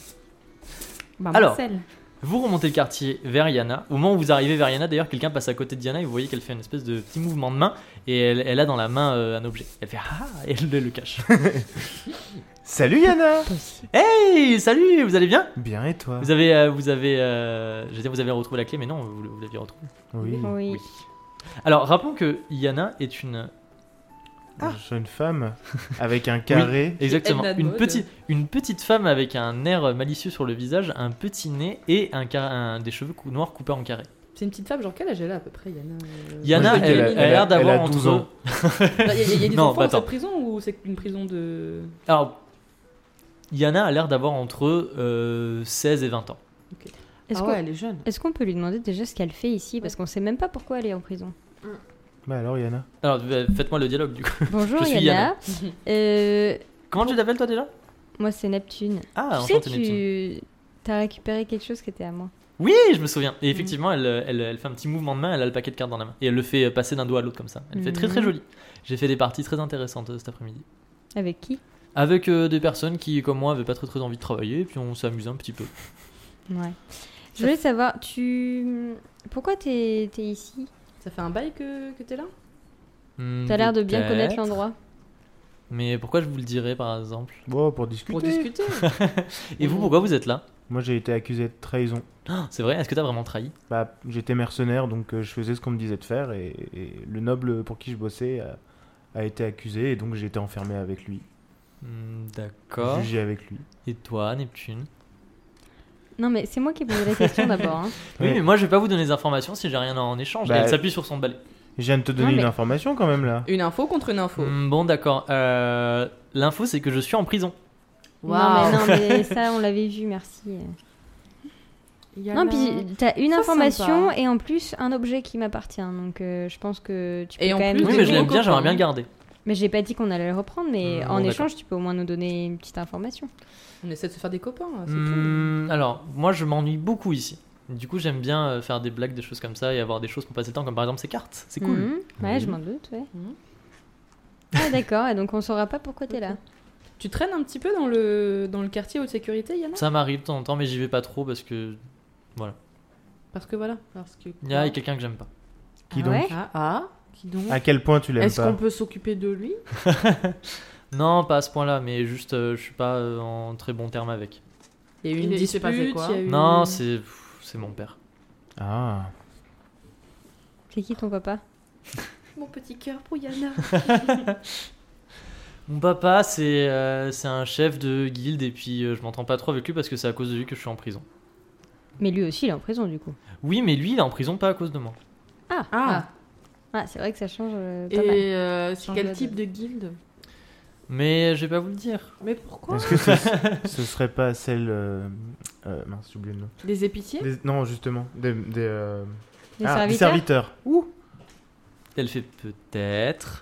Bah, Alors. Marcel. Vous remontez le quartier vers Yana. Au moment où vous arrivez vers Yana, d'ailleurs, quelqu'un passe à côté de Yana et vous voyez qu'elle fait une espèce de petit mouvement de main et elle a dans la main un objet. Elle fait ah et elle le cache. Salut Yana. Hey, salut, vous allez bien? Bien et toi? Vous avez, je veux dire, vous avez retrouvé la clé, mais non, vous l'aviez retrouvée. Oui. Oui. Alors, rappelons que Yana est une Sur une femme avec un carré. Exactement. Edna de mode. Une petite femme avec un air malicieux sur le visage, un petit nez et des cheveux noirs coupés en carré. C'est une petite femme, genre quel âge elle a à peu près, Yana Yana, Moi, je dis elle qu'elle a l'air d'avoir elle a 12 entre... ans. Il y a des Non, enfants bah, dans cette attends. prison ou c'est une prison de... Alors, Yana a l'air d'avoir entre 16 et 20 ans. Est-ce Ah qu'on ouais, elle est jeune. est-ce qu'on peut lui demander déjà ce qu'elle fait ici? Parce qu'on sait même pas pourquoi elle est en prison. Bah alors, Yana. Alors, faites-moi le dialogue du coup. Bonjour Je suis Yana. Comment tu t'appelles toi déjà? Moi c'est Neptune. Ah, Tu sais, enchanté Neptune. t'as récupéré quelque chose qui était à moi. Oui, je me souviens. Et effectivement, elle fait un petit mouvement de main, elle a le paquet de cartes dans la main. Et elle le fait passer d'un doigt à l'autre comme ça. Elle fait très très Mhm. joli. J'ai fait des parties très intéressantes cet après-midi. Avec qui? Avec des personnes qui, comme moi, avaient pas très très envie de travailler, et puis on s'est amusé un petit peu. Ouais. Je voulais savoir, pourquoi t'es ici? Ça fait un bail que t'es là? T'as l'air de bien Peut-être. connaître l'endroit. Mais pourquoi je vous le dirais par exemple? Bon, pour discuter. Pour discuter. Et vous, pourquoi vous êtes là? Moi, j'ai été accusé de trahison. Ah, c'est vrai? Est-ce que t'as vraiment trahi? Bah, j'étais mercenaire, donc je faisais ce qu'on me disait de faire, et le noble pour qui je bossais a été accusé, et donc j'ai été enfermé avec lui, D'accord. jugé avec lui. Et toi, Neptune? Non mais c'est moi qui ai posé la question d'abord. Hein. Oui, Ouais. mais moi je vais pas vous donner des informations si j'ai rien en échange. Bah, Elle s'appuie sur son balai. Je viens de te donner Non, mais- une information quand même là. Une info contre une info. Bon, d'accord. L'info, c'est que je suis en prison. Non mais ça on l'avait vu, merci. Yana. Non puis t'as une Ça, information sympa. et en plus un objet qui m'appartient, donc je pense que tu peux Et en quand même. plus, Oui, des mais je gros l'aime bien, j'aimerais copains. bien le garder. Mais j'ai pas dit qu'on allait le reprendre, mais Bon, en d'accord. échange tu peux au moins nous donner une petite information. On essaie de se faire des copains, c'est tout. Alors, moi je m'ennuie beaucoup ici. Du coup, j'aime bien faire des blagues, des choses comme ça et avoir des choses pour passer le temps, comme par exemple ces cartes. C'est cool. Mhm. Ouais, Oui. je m'en doute, ouais. Mhm. Ah d'accord, et donc on saura pas pourquoi t'es là. Tu traînes un petit peu dans le quartier haute sécurité, Yana? Ça m'arrive de temps en temps, mais j'y vais pas trop parce que Parce que voilà. Parce que... il y a quelqu'un que j'aime pas. Qui Ah donc ouais Qui donc À quel point tu l'aimes Est-ce pas qu'on peut s'occuper de lui? Non, pas à ce point-là, mais juste je suis pas en très bon terme avec. Il y a eu Il une s'est dispute, passé quoi il y a eu... Non, c'est mon père. Ah. C'est qui ton papa? Mon petit cœur pour Yana. Mon papa, c'est un chef de guilde et puis je m'entends pas trop avec lui parce que c'est à cause de lui que je suis en prison. Mais lui aussi il est en prison du coup. Oui, mais lui, il est en prison pas à cause de moi. Ah. Ah c'est vrai que ça change pas mal. Et c'est Change quel la type de guilde? Mais je vais pas vous le dire. Mais pourquoi? Est-ce que ce serait pas celle. Mince, j'ai oublié le nom. Des épiciers? Non, justement. Des Les des serviteurs. serviteurs. Elle fait peut-être.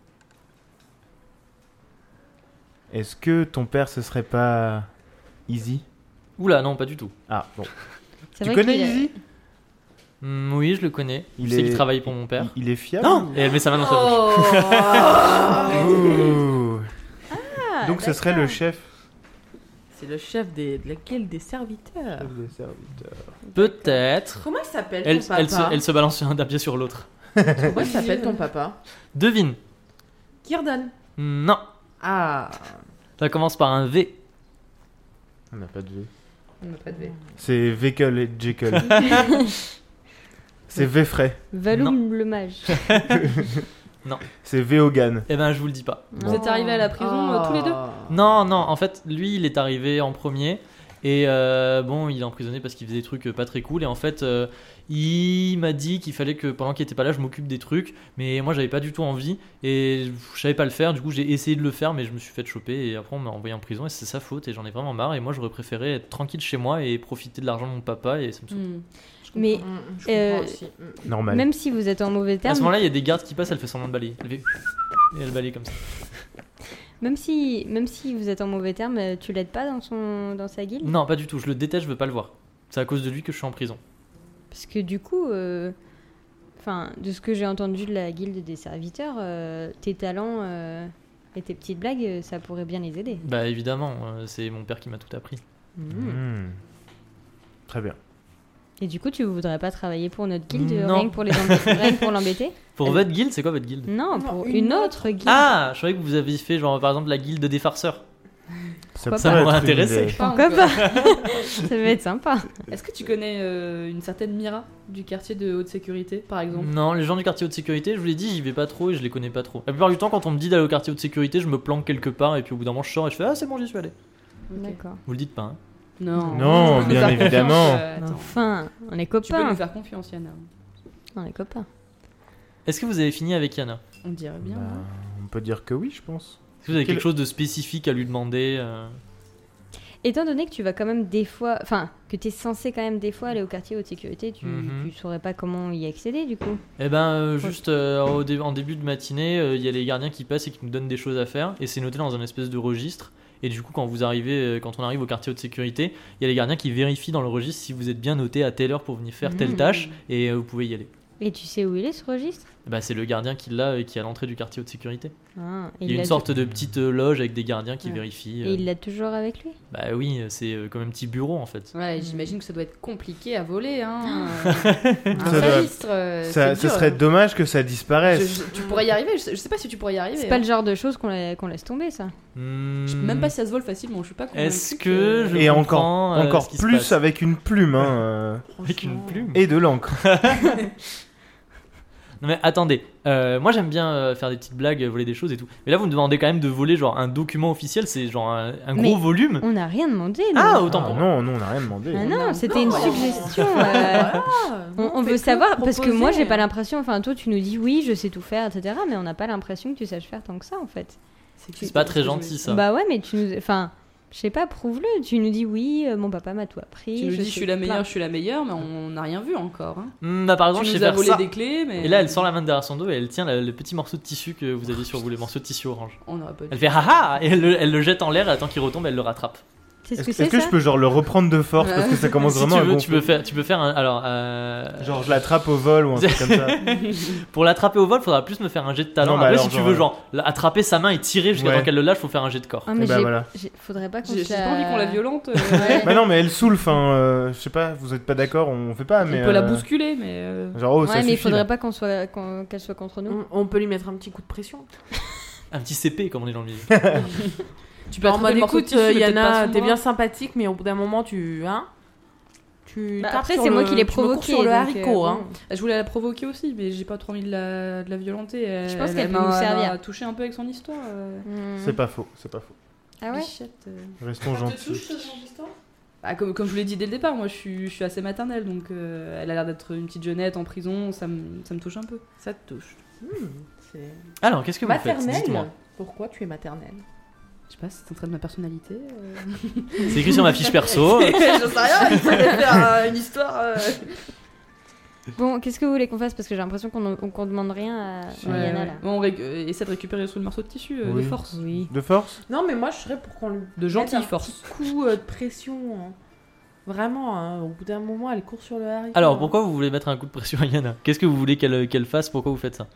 Est-ce que ton père ce serait pas Easy? Oula, non, pas du tout. Ah, bon. C'est Tu vrai connais qu'il a- Easy? Oui, je le connais. Il Je sais est- qu'il travaille pour mon père. Il est fiable? Non Et elle met sa main dans sa Oh. bouche. Ouh. Ah, Donc ce serait le chef. C'est le chef de la guilde des serviteurs. Chef des serviteurs. Peut-être. Comment il s'appelle Elle, ton papa? elle se balance d'un pied sur l'autre. Comment il s'appelle ton papa? Devine. Kirdan. Non. Ah. Ça commence par un V. On n'a pas de V. On n'a pas de V. C'est Vekel et Jekyll. C'est Vefray. Valoum le mage. C'est Veogan. Eh ben, je vous le dis pas. Vous êtes arrivés à la prison tous les deux? Non, non, en fait, lui, il est arrivé en premier. Et bon, il est emprisonné parce qu'il faisait des trucs pas très cool. Et en fait, il m'a dit qu'il fallait que pendant qu'il était pas là, je m'occupe des trucs. Mais moi, j'avais pas du tout envie. Et je savais pas le faire. Du coup, j'ai essayé de le faire, mais je me suis fait choper. Et après, on m'a envoyé en prison. Et c'est sa faute. Et j'en ai vraiment marre. Et moi, j'aurais préféré être tranquille chez moi et profiter de l'argent de mon papa. Et ça me saoule. Mais Je comprends aussi. Normal. même si vous êtes en mauvais À ce terme, moment-là, il y a des gardes qui passent. Elle fait semblant de balayer. Elle fait... Et elle balaye comme ça. même si vous êtes en mauvais terme, tu l'aides pas dans sa guilde? Non, pas du tout. Je le déteste. Je veux pas le voir. C'est à cause de lui que je suis en prison. Parce que du coup, enfin, de ce que j'ai entendu de la guilde des serviteurs, tes talents et tes petites blagues, ça pourrait bien les aider. Bah évidemment, c'est mon père qui m'a tout appris. Hmm. Très bien. Et du coup, tu voudrais pas travailler pour notre guilde, Non. rien que pour rien que pour l'embêter? Pour votre guilde, c'est quoi votre guilde? Non, pour une autre guilde. Ah, je croyais que vous aviez fait genre par exemple la guilde des farceurs. Ça Pourquoi Ça pourrait m'aurait être une intéressé. idée. Pas Pourquoi encore. pas Ça va être sympa. Est-ce que tu connais une certaine Mira du quartier de haute sécurité, par exemple? Non, les gens du quartier haute sécurité, je vous l'ai dit, j'y vais pas trop et je les connais pas trop. La plupart du temps, quand on me dit d'aller au quartier haute sécurité, je me planque quelque part et puis au bout d'un moment, je sors et je fais ah, c'est bon, j'y suis allé. Ok. D'accord. Vous le dites pas, hein. Non. Non, Tu peux bien faire confiance, évidemment. attends. Enfin, on est Tu peux copains. nous faire confiance, Yana. On est copains. Est-ce que vous avez fini avec Yana? On dirait bien. Bah, hein. on peut dire que oui, je pense. Est-ce que vous avez Quel- quelque chose de spécifique à lui demander Étant donné que tu vas quand même des fois, enfin, que tu es censé quand même des fois aller au quartier haute sécurité, Mhm. tu saurais pas comment y accéder du coup. Eh ben, juste en début de matinée, il y a les gardiens qui passent et qui nous donnent des choses à faire, et c'est noté dans un espèce de registre. Et du coup, quand on arrive au quartier haute sécurité, il y a les gardiens qui vérifient dans le registre si vous êtes bien noté à telle heure pour venir faire telle Mhm. tâche, et vous pouvez y aller. Et tu sais où il est ce registre? Eh ben, c'est le gardien qui l'a et qui est à l'entrée du quartier haute sécurité. Ah, et Il y a l'a une sorte de petite loge avec des gardiens qui Ouais. vérifient. Et il l'a toujours avec lui? Bah oui, c'est comme un petit bureau en fait. Ouais, j'imagine que ça doit être compliqué à voler, hein. Ça Un doit- registre, Ça, c'est ce dur, serait hein. dommage que ça disparaisse. Tu pourrais y arriver, je sais pas si tu pourrais y arriver. C'est pas hein. le genre de choses qu'on laisse tomber ça. Hmm, Je sais même pas si ça se vole facilement, je suis pas convaincue. Est-ce que je Et encore, comprends, encore ce qui se plus passe avec une plume, avec une plume. et de l'encre. Non mais attendez, moi j'aime bien faire des petites blagues, voler des choses et tout. Mais là vous me demandez quand même de voler genre un document officiel, c'est genre un gros Mais- volume. On n'a rien demandé. Nous. Ah autant Ah, pour moi. non, non, on n'a rien demandé. Ah On non, a c'était une encore- suggestion. On fait veut que savoir parce que moi proposer. j'ai pas l'impression. Enfin toi tu nous dis oui je sais tout faire etc. Mais on n'a pas l'impression que tu saches faire tant que ça en fait. C'est pas très gentil ça. Bah ouais mais tu nous, enfin je sais pas prouve-le. Tu nous dis oui mon papa m'a tout appris. Tu nous dis je sais suis la plein. meilleure, je suis la meilleure, mais on n'a rien vu encore. Hein. Bah par exemple Tu je sais nous as faire volé ça. des clés, mais. Et là elle sort la main derrière son dos et elle tient le petit morceau de tissu que vous aviez sur vous, les morceaux de tissu orange. On n'aurait pas dû. Elle fait haha et elle le jette en l'air et attend qu'il retombe, elle le rattrape. C'est ce Est-ce que est-ce c'est que ça je peux genre le reprendre de force parce que ça commence Si vraiment tu à veux, gonfler. tu peux faire un. Alors, Genre je l'attrape au vol ou un truc comme ça. pour l'attraper au vol, faudra plus me faire un jet de talent. Non, bah Après, alors, si tu veux, genre, attraper sa main et tirer jusqu'à Ouais. temps qu'elle le lâche, faut faire un jet de corps. Ah mais Et bah voilà. faudrait pas qu'on J'ai se pas envie qu'on la violente. Ouais. Bah non, mais elle saoule, enfin, je sais pas, vous êtes pas d'accord, on fait pas, mais. On peut la bousculer, mais. Genre, oh, ça Ouais mais il suffit. faudrait là. pas qu'elle soit contre nous. On peut lui mettre un petit coup de pression. Un petit CP, comme on est dans le milieu. Tu peux En attraper mode le morceau de écoute, tissu, mais peut-être pas Yana, son t'es bras. bien sympathique, mais au bout d'un moment, tu. Hein tu Bah, tapes après sur c'est moi le- qui l'ai tu me cours provoqué. sur le donc, haricot, hein. bon. Je voulais la provoquer aussi, mais j'ai pas trop envie de la violenter. Je pense qu'elle peut m'a- nous servir. elle m'a touché un peu avec son histoire. Hmm. C'est pas faux, c'est pas faux. Ah ouais. Bichette, Restons gentils. Bah, comme je vous l'ai dit dès le départ, moi je suis assez maternelle, donc elle a l'air d'être une petite jeunette en prison, ça me touche un peu. Ça te touche. C'est Alors, qu'est-ce que vous faites Dites-moi. maternelle. Pourquoi tu es maternelle? Je sais pas, c'est un trait de ma personnalité. C'est écrit sur ma fiche perso. J'en sais rien, il fallait faire une histoire. Bon qu'est-ce que vous voulez qu'on fasse parce que j'ai l'impression qu'on demande rien à Yana là. Bon, on essaie de récupérer ce morceau de tissu de Oui. force. Oui. De force Non, mais moi, je serais pour qu'on lui De gentille mette un force. petit coup de pression. Hein. Vraiment, hein, au bout d'un moment, elle court sur le haricot. Alors, hein. pourquoi vous voulez mettre un coup de pression à Yana Qu'est-ce que vous voulez qu'elle fasse Pourquoi vous faites ça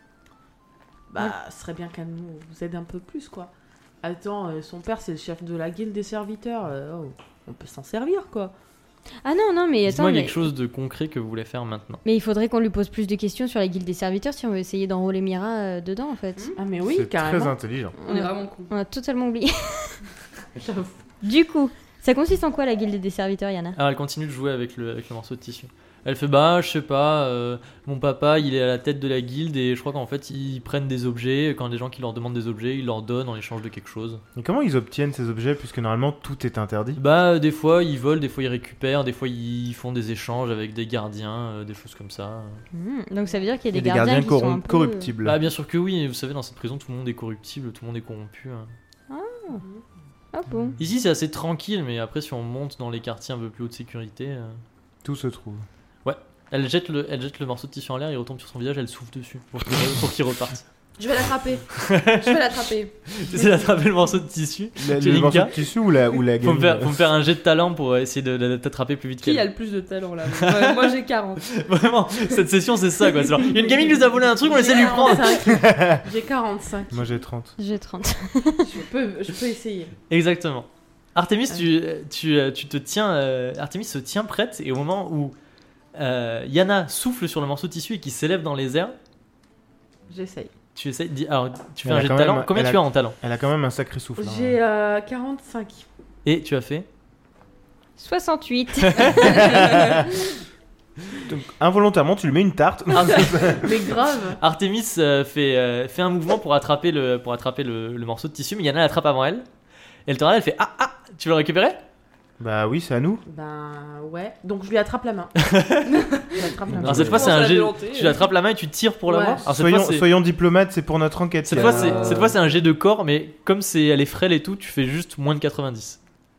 Bah, ce serait bien qu'elle nous aide un peu plus, quoi. Attends, son père, c'est le chef de la guilde des serviteurs. On peut s'en servir, quoi. Ah non mais attends Dites-moi mais... quelque chose de concret que vous voulez faire maintenant. Mais il faudrait qu'on lui pose plus de questions sur la guilde des serviteurs si on veut essayer d'enrôler Mira dedans en fait. Ah, mais oui, C'est très carrément. intelligent. On est vraiment con. On a totalement oublié. J'avoue. Du coup, ça consiste en quoi la guilde des serviteurs Yana? Alors, elle continue de jouer avec le morceau de tissu. Elle fait bah, je sais pas, mon papa il est à la tête de la guilde et je crois qu'en fait ils prennent des objets. Quand des gens qui leur demandent des objets, ils leur donnent en échange de quelque chose. Et comment ils obtiennent ces objets puisque normalement tout est interdit? Bah, des fois ils volent, des fois ils récupèrent, des fois ils font des échanges avec des gardiens, des choses comme ça. Donc ça veut dire qu'il y a Et des gardiens qui sont un peu... corruptibles. Bah, bien sûr que oui, vous savez, dans cette prison tout le monde est corruptible, tout le monde est corrompu. Hein. Ah bon. Ici c'est assez tranquille, mais après si on monte dans les quartiers un peu plus haute sécurité. Tout se trouve. Elle jette le morceau de tissu en l'air, il retombe sur son visage, elle souffle dessus pour qu'il reparte. Je vais l'attraper. Je vais l'attraper. J'essaie d'attraper le morceau de tissu. Le Jelinka morceau de tissu ou la Faut gamine me faire un jet de talent pour essayer de t'attraper plus vite Qui a qu'elle. le plus de talent là Moi j'ai 40. Vraiment, cette session c'est ça quoi. C'est genre, il y a une gamine qui nous a volé un truc, on essaie de lui prendre. 45. J'ai 45. Moi j'ai 30. J'ai 30. Je peux essayer. Exactement. Artemis, tu te tiens. Artemis se tient prête et au moment où Yana souffle sur le morceau de tissu et qui s'élève dans les airs, J'essaye. Tu essayes. Alors, tu fais Elle un a jet de quand talent. même- Combien elle tu a- as en talent? Elle a quand même un sacré souffle. hein. J'ai 45. Et tu as fait 68. Donc, involontairement, tu lui mets une tarte. Mais grave. Artemis fait un mouvement pour attraper le morceau de tissu, mais Yana l'attrape avant elle. Et elle te regarde, elle fait ah, tu veux le récupérer? Bah oui, c'est à nous. Ben ouais. Donc je lui attrape la main. Je lui attrape la main. Alors cette fois, c'est Pense à un la jet. volonté. Tu l'attrapes la main et tu tires pour Ouais. l'avoir. Alors cette fois, Soyons diplomates, c'est pour notre enquête. cette Yana. fois, c'est un jet de corps, mais comme elle est frêle et tout, tu fais juste moins de 90.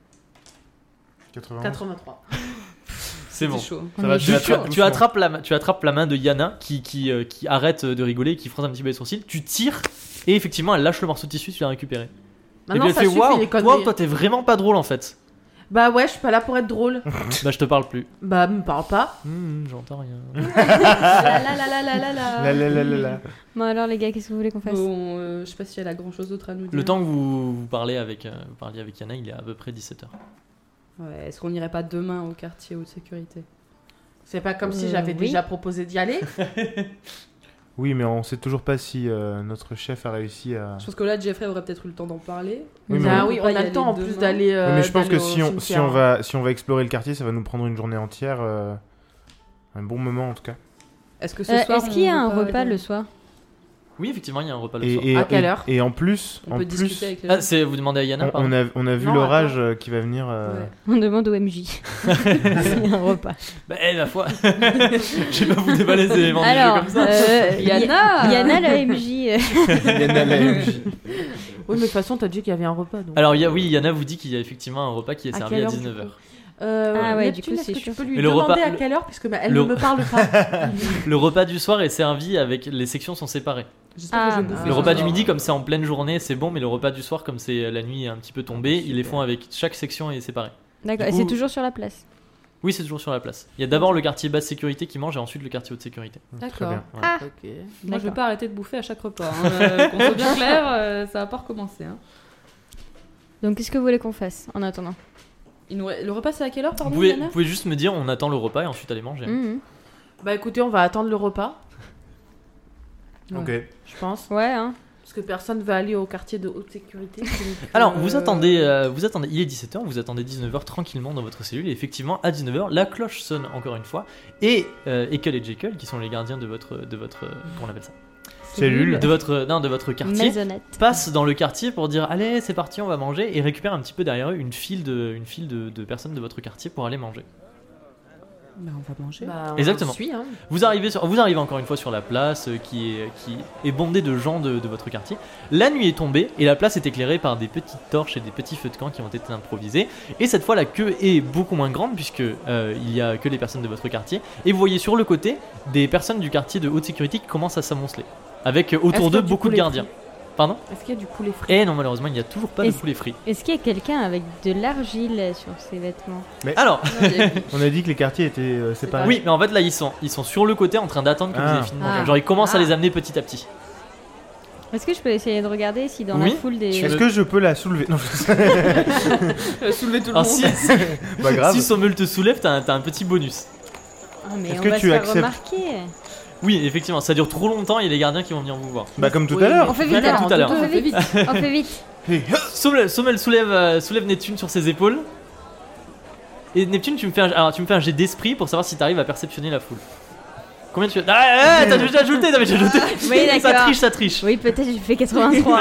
80. 83. C'est bon. C'est chaud. Ça va, Tu, tu l'attrapes tu attrapes la main de Yana qui arrête de rigoler et qui fronce un petit peu les sourcils. Tu tires et effectivement elle lâche le morceau de tissu, tu l'as récupéré. Maintenant et puis ça elle fait suffit les waouh, conneries. toi t'es vraiment pas drôle en fait. Bah ouais, je suis pas là pour être drôle. Bah je te parle plus. Bah me parle pas. J'entends rien. La la la la la la la. La la la la la. Bon alors les gars, qu'est-ce que vous voulez qu'on fasse? Bon, je sais pas si elle a grand chose d'autre à nous dire. Le temps que vous parliez avec Yana, il est à peu près 17h. Ouais, est-ce qu'on irait pas demain au quartier haute sécurité? C'est pas comme si j'avais oui. déjà proposé d'y aller. Oui, mais on sait toujours pas si notre chef a réussi à. Je pense que là, Jeffrey aurait peut-être eu le temps d'en parler. Oui, mais Ah on- oui, peut pas on y a le aller temps en demain. plus d'aller. Oui, mais je pense d'aller que au si cimetière. on va explorer le quartier, ça va nous prendre une journée entière. Un bon moment en tout cas. Est-ce que ce soir, Est-ce qu'il y a on un va repas pas- le soir? Oui, effectivement, il y a un repas le soir. Et, À quelle heure et en plus, On peut discuter avec les Ah, gens. vous demandez à Yana, on pardon. a vu Non, l'orage qui va venir. Ouais. On demande au MJ. C'est un repas. Bah, ma foi. Je vais pas vous déballer les éléments Alors, du jeu comme ça. Yana Yana la MJ. Yana la MJ. Oui, mais de toute façon, t'as dit qu'il y avait un repas. Donc. Alors, oui, Yana vous dit qu'il y a effectivement un repas qui est À servi quelle à heure, du 19h. Ah ouais, du Neptune, coup, est-ce c'est que tu chaud. peux lui Mais le demander repas- à quelle heure, puisque elle le- ne me parle pas. Le repas du soir est servi avec les sections sont séparées. J'espère Ah, que je vais bah. bouffer Le ce repas soir. du midi, comme c'est en pleine journée, c'est bon, mais le repas du soir, comme c'est la nuit est un petit peu tombée, ils les font avec chaque section est séparée. D'accord, Du et c'est coup- toujours sur la place. Oui, c'est toujours sur la place. Il y a d'abord le quartier basse sécurité qui mange et ensuite le quartier haute sécurité. Très D'accord. bien. Voilà. Ah, Ok. Moi, je vais D'accord. pas arrêter de bouffer à chaque repas. Qu'on soit bien clair, ça va pas recommencer. Hein. Donc qu'est-ce que vous voulez qu'on fasse en attendant? Le repas, c'est à quelle heure, Vous pardon, pouvez, Yana vous pouvez juste me dire, on attend le repas et ensuite aller manger. Mhm. Bah écoutez, on va attendre le repas, Ok. je pense. Ouais, hein. Parce que personne va aller au quartier de haute sécurité. donc, Alors, vous attendez, il est 17h, vous attendez 19h tranquillement dans votre cellule, et effectivement, à 19h, la cloche sonne encore une fois, et Ekel et Jekyll, qui sont les gardiens de votre comment on appelle ça Cellule. de votre quartier, Maisonnette. passent dans le quartier pour dire, allez, c'est parti, on va manger, et récupèrent un petit peu derrière eux une file de personnes de votre quartier pour aller manger. Bah, on va manger. bah, on Exactement. suit, hein. Vous arrivez encore une fois sur la place qui est bondée de gens de votre quartier. La nuit est tombée et la place est éclairée par des petites torches et des petits feux de camp qui ont été improvisés. Et cette fois, la queue est beaucoup moins grande puisque il y a que les personnes de votre quartier. Et vous voyez sur le côté des personnes du quartier de haute sécurité qui commencent à s'amonceler. Avec Est-ce autour qu'il y d'eux a du beaucoup de poulet gardiens. Pardon? Est-ce qu'il y a du poulet frit? Et non, malheureusement, il n'y a toujours pas de Est-ce- poulet frit. Est-ce qu'il y a quelqu'un avec de l'argile sur ses vêtements? Alors, On a dit que les quartiers étaient séparés. oui, mais en fait là ils sont sur le côté en train d'attendre que vous Ah. ayez fini de manger. Ah. Genre ils commencent à Ah. les amener petit à petit. Est-ce que je peux essayer de regarder si dans Oui. la foule des... Est-ce que je peux la soulever? Non, Soulever tout le Alors monde. si, pas grave. si Sommel te soulève, t'as un petit bonus. Ah, mais Est-ce on que va tu se faire acceptes- remarquer. Oui, effectivement, ça dure trop longtemps et les gardiens qui vont venir vous voir. Bah comme tout Oui. à l'heure. On fait vite D'accord, alors. tout à l'heure. On fait vite. On fait vite. Sommel soulève Neptune sur ses épaules. Et Neptune, tu me fais un jet d'esprit pour savoir si t'arrives à perceptionner la foule. Combien tu as... Ah, t'as déjà ajouté, t'as déjà ajouté. Oui, Ça d'accord. triche, ça triche. Oui, peut-être j'ai fait 83.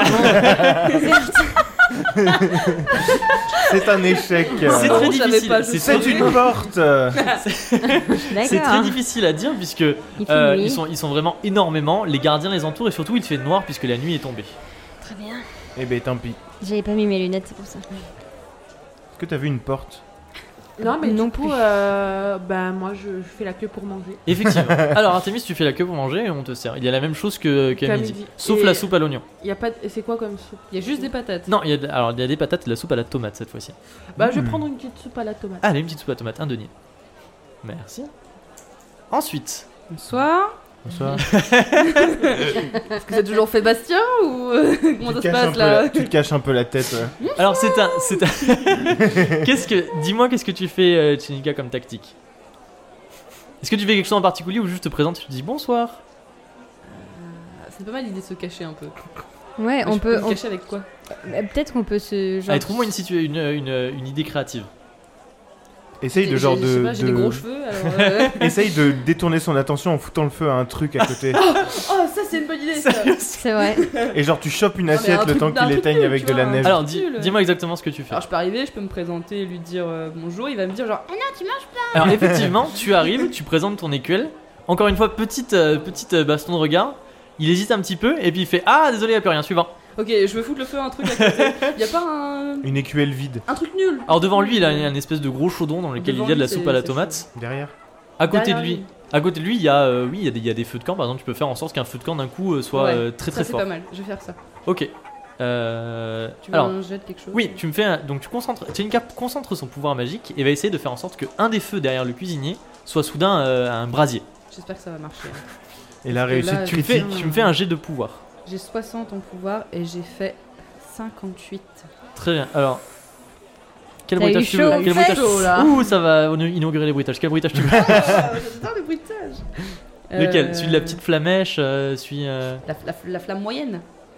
C'est un échec. C'est Non, très je savais difficile. pas, je C'est très- une porte. c'est très D'accord. difficile à dire puisque Il fait nuit. ils sont vraiment énormément. Les gardiens les entourent et surtout il fait noir puisque la nuit est tombée. Très bien. Eh ben tant pis. J'avais pas mis mes lunettes, c'est pour ça. Est-ce que t'as vu une porte? Non, mais Non du coup, plus. bah moi je fais la queue pour manger. Effectivement. Alors Artemis, tu fais la queue pour manger et on te sert. Il y a la même chose qu'à Qu'à midi. midi. Sauf Et- la soupe à l'oignon. Y a pas de... Et c'est quoi comme soupe? Il y a juste des patates. Non, il y a des patates et de la soupe à la tomate cette fois-ci. Bah je vais prendre une petite soupe à la tomate. Allez, une petite soupe à la tomate, un denier. Merci. Ensuite, Bonsoir. Bonsoir. Est-ce que c'est toujours fait Bastien ou comment ça se passe là Tu te caches un peu la tête. alors c'est un dis-moi qu'est-ce que tu fais Chinika comme tactique? Est-ce que tu fais quelque chose en particulier ou juste te présentes et tu dis bonsoir? C'est pas mal l'idée de se cacher un peu. Ouais, Mais on je peut. me cacher avec quoi? Peut-être qu'on peut se. Genre, Allez, trouve-moi une idée créative. Essaye de J'ai- genre je sais de. pas, j'ai des de- gros cheveux, alors. Essaye de détourner son attention en foutant le feu à un truc à côté. Oh, ça c'est une bonne idée ça. C'est vrai. Et genre tu chopes une mais un assiette le truc- temps un qu'il truc éteigne nul, avec tu de la vois. neige. Alors, Nul. dis-moi exactement ce que tu fais. Alors je peux arriver, je peux me présenter et lui dire bonjour, il va me dire genre Alors, effectivement, tu arrives, tu présentes ton écuelle. Encore une fois, petite baston de regard. Il hésite un petit peu et puis il fait ah désolé, il n'y a plus rien. Suivant. ok, je veux foutre le feu à un truc à côté. Y a pas Une écuelle vide un truc nul. Alors devant lui, il a un espèce de gros chaudron dans lequel Devant il y a de la lui, soupe à la c'est tomate. derrière. À côté de Derrière lui, lui. il y a il y a des feux de camp. Par exemple, tu peux faire en sorte qu'un feu de camp d'un coup soit Ouais, très Ça très c'est fort. pas mal, je vais faire ça. Ok. Tu veux Alors, un jet de quelque chose? oui, tu me fais donc tu concentres. Tchelinka concentre son pouvoir magique et va essayer de faire en sorte que un des feux derrière le cuisinier soit soudain un brasier. J'espère que ça va marcher. Et la Parce que réussite là, Tu me fais un jet de pouvoir. J'ai 60 en pouvoir et j'ai fait 58. Très bien. Alors, quel T'as eu bruitage tu chaud veux aux Quel bruitage fesses, là. Ouh, ça va inaugurer les bruitages. Quel bruitage tu veux J'adore le bruitage. Lequel Celui de la petite flamèche Celui. La flamme moyenne.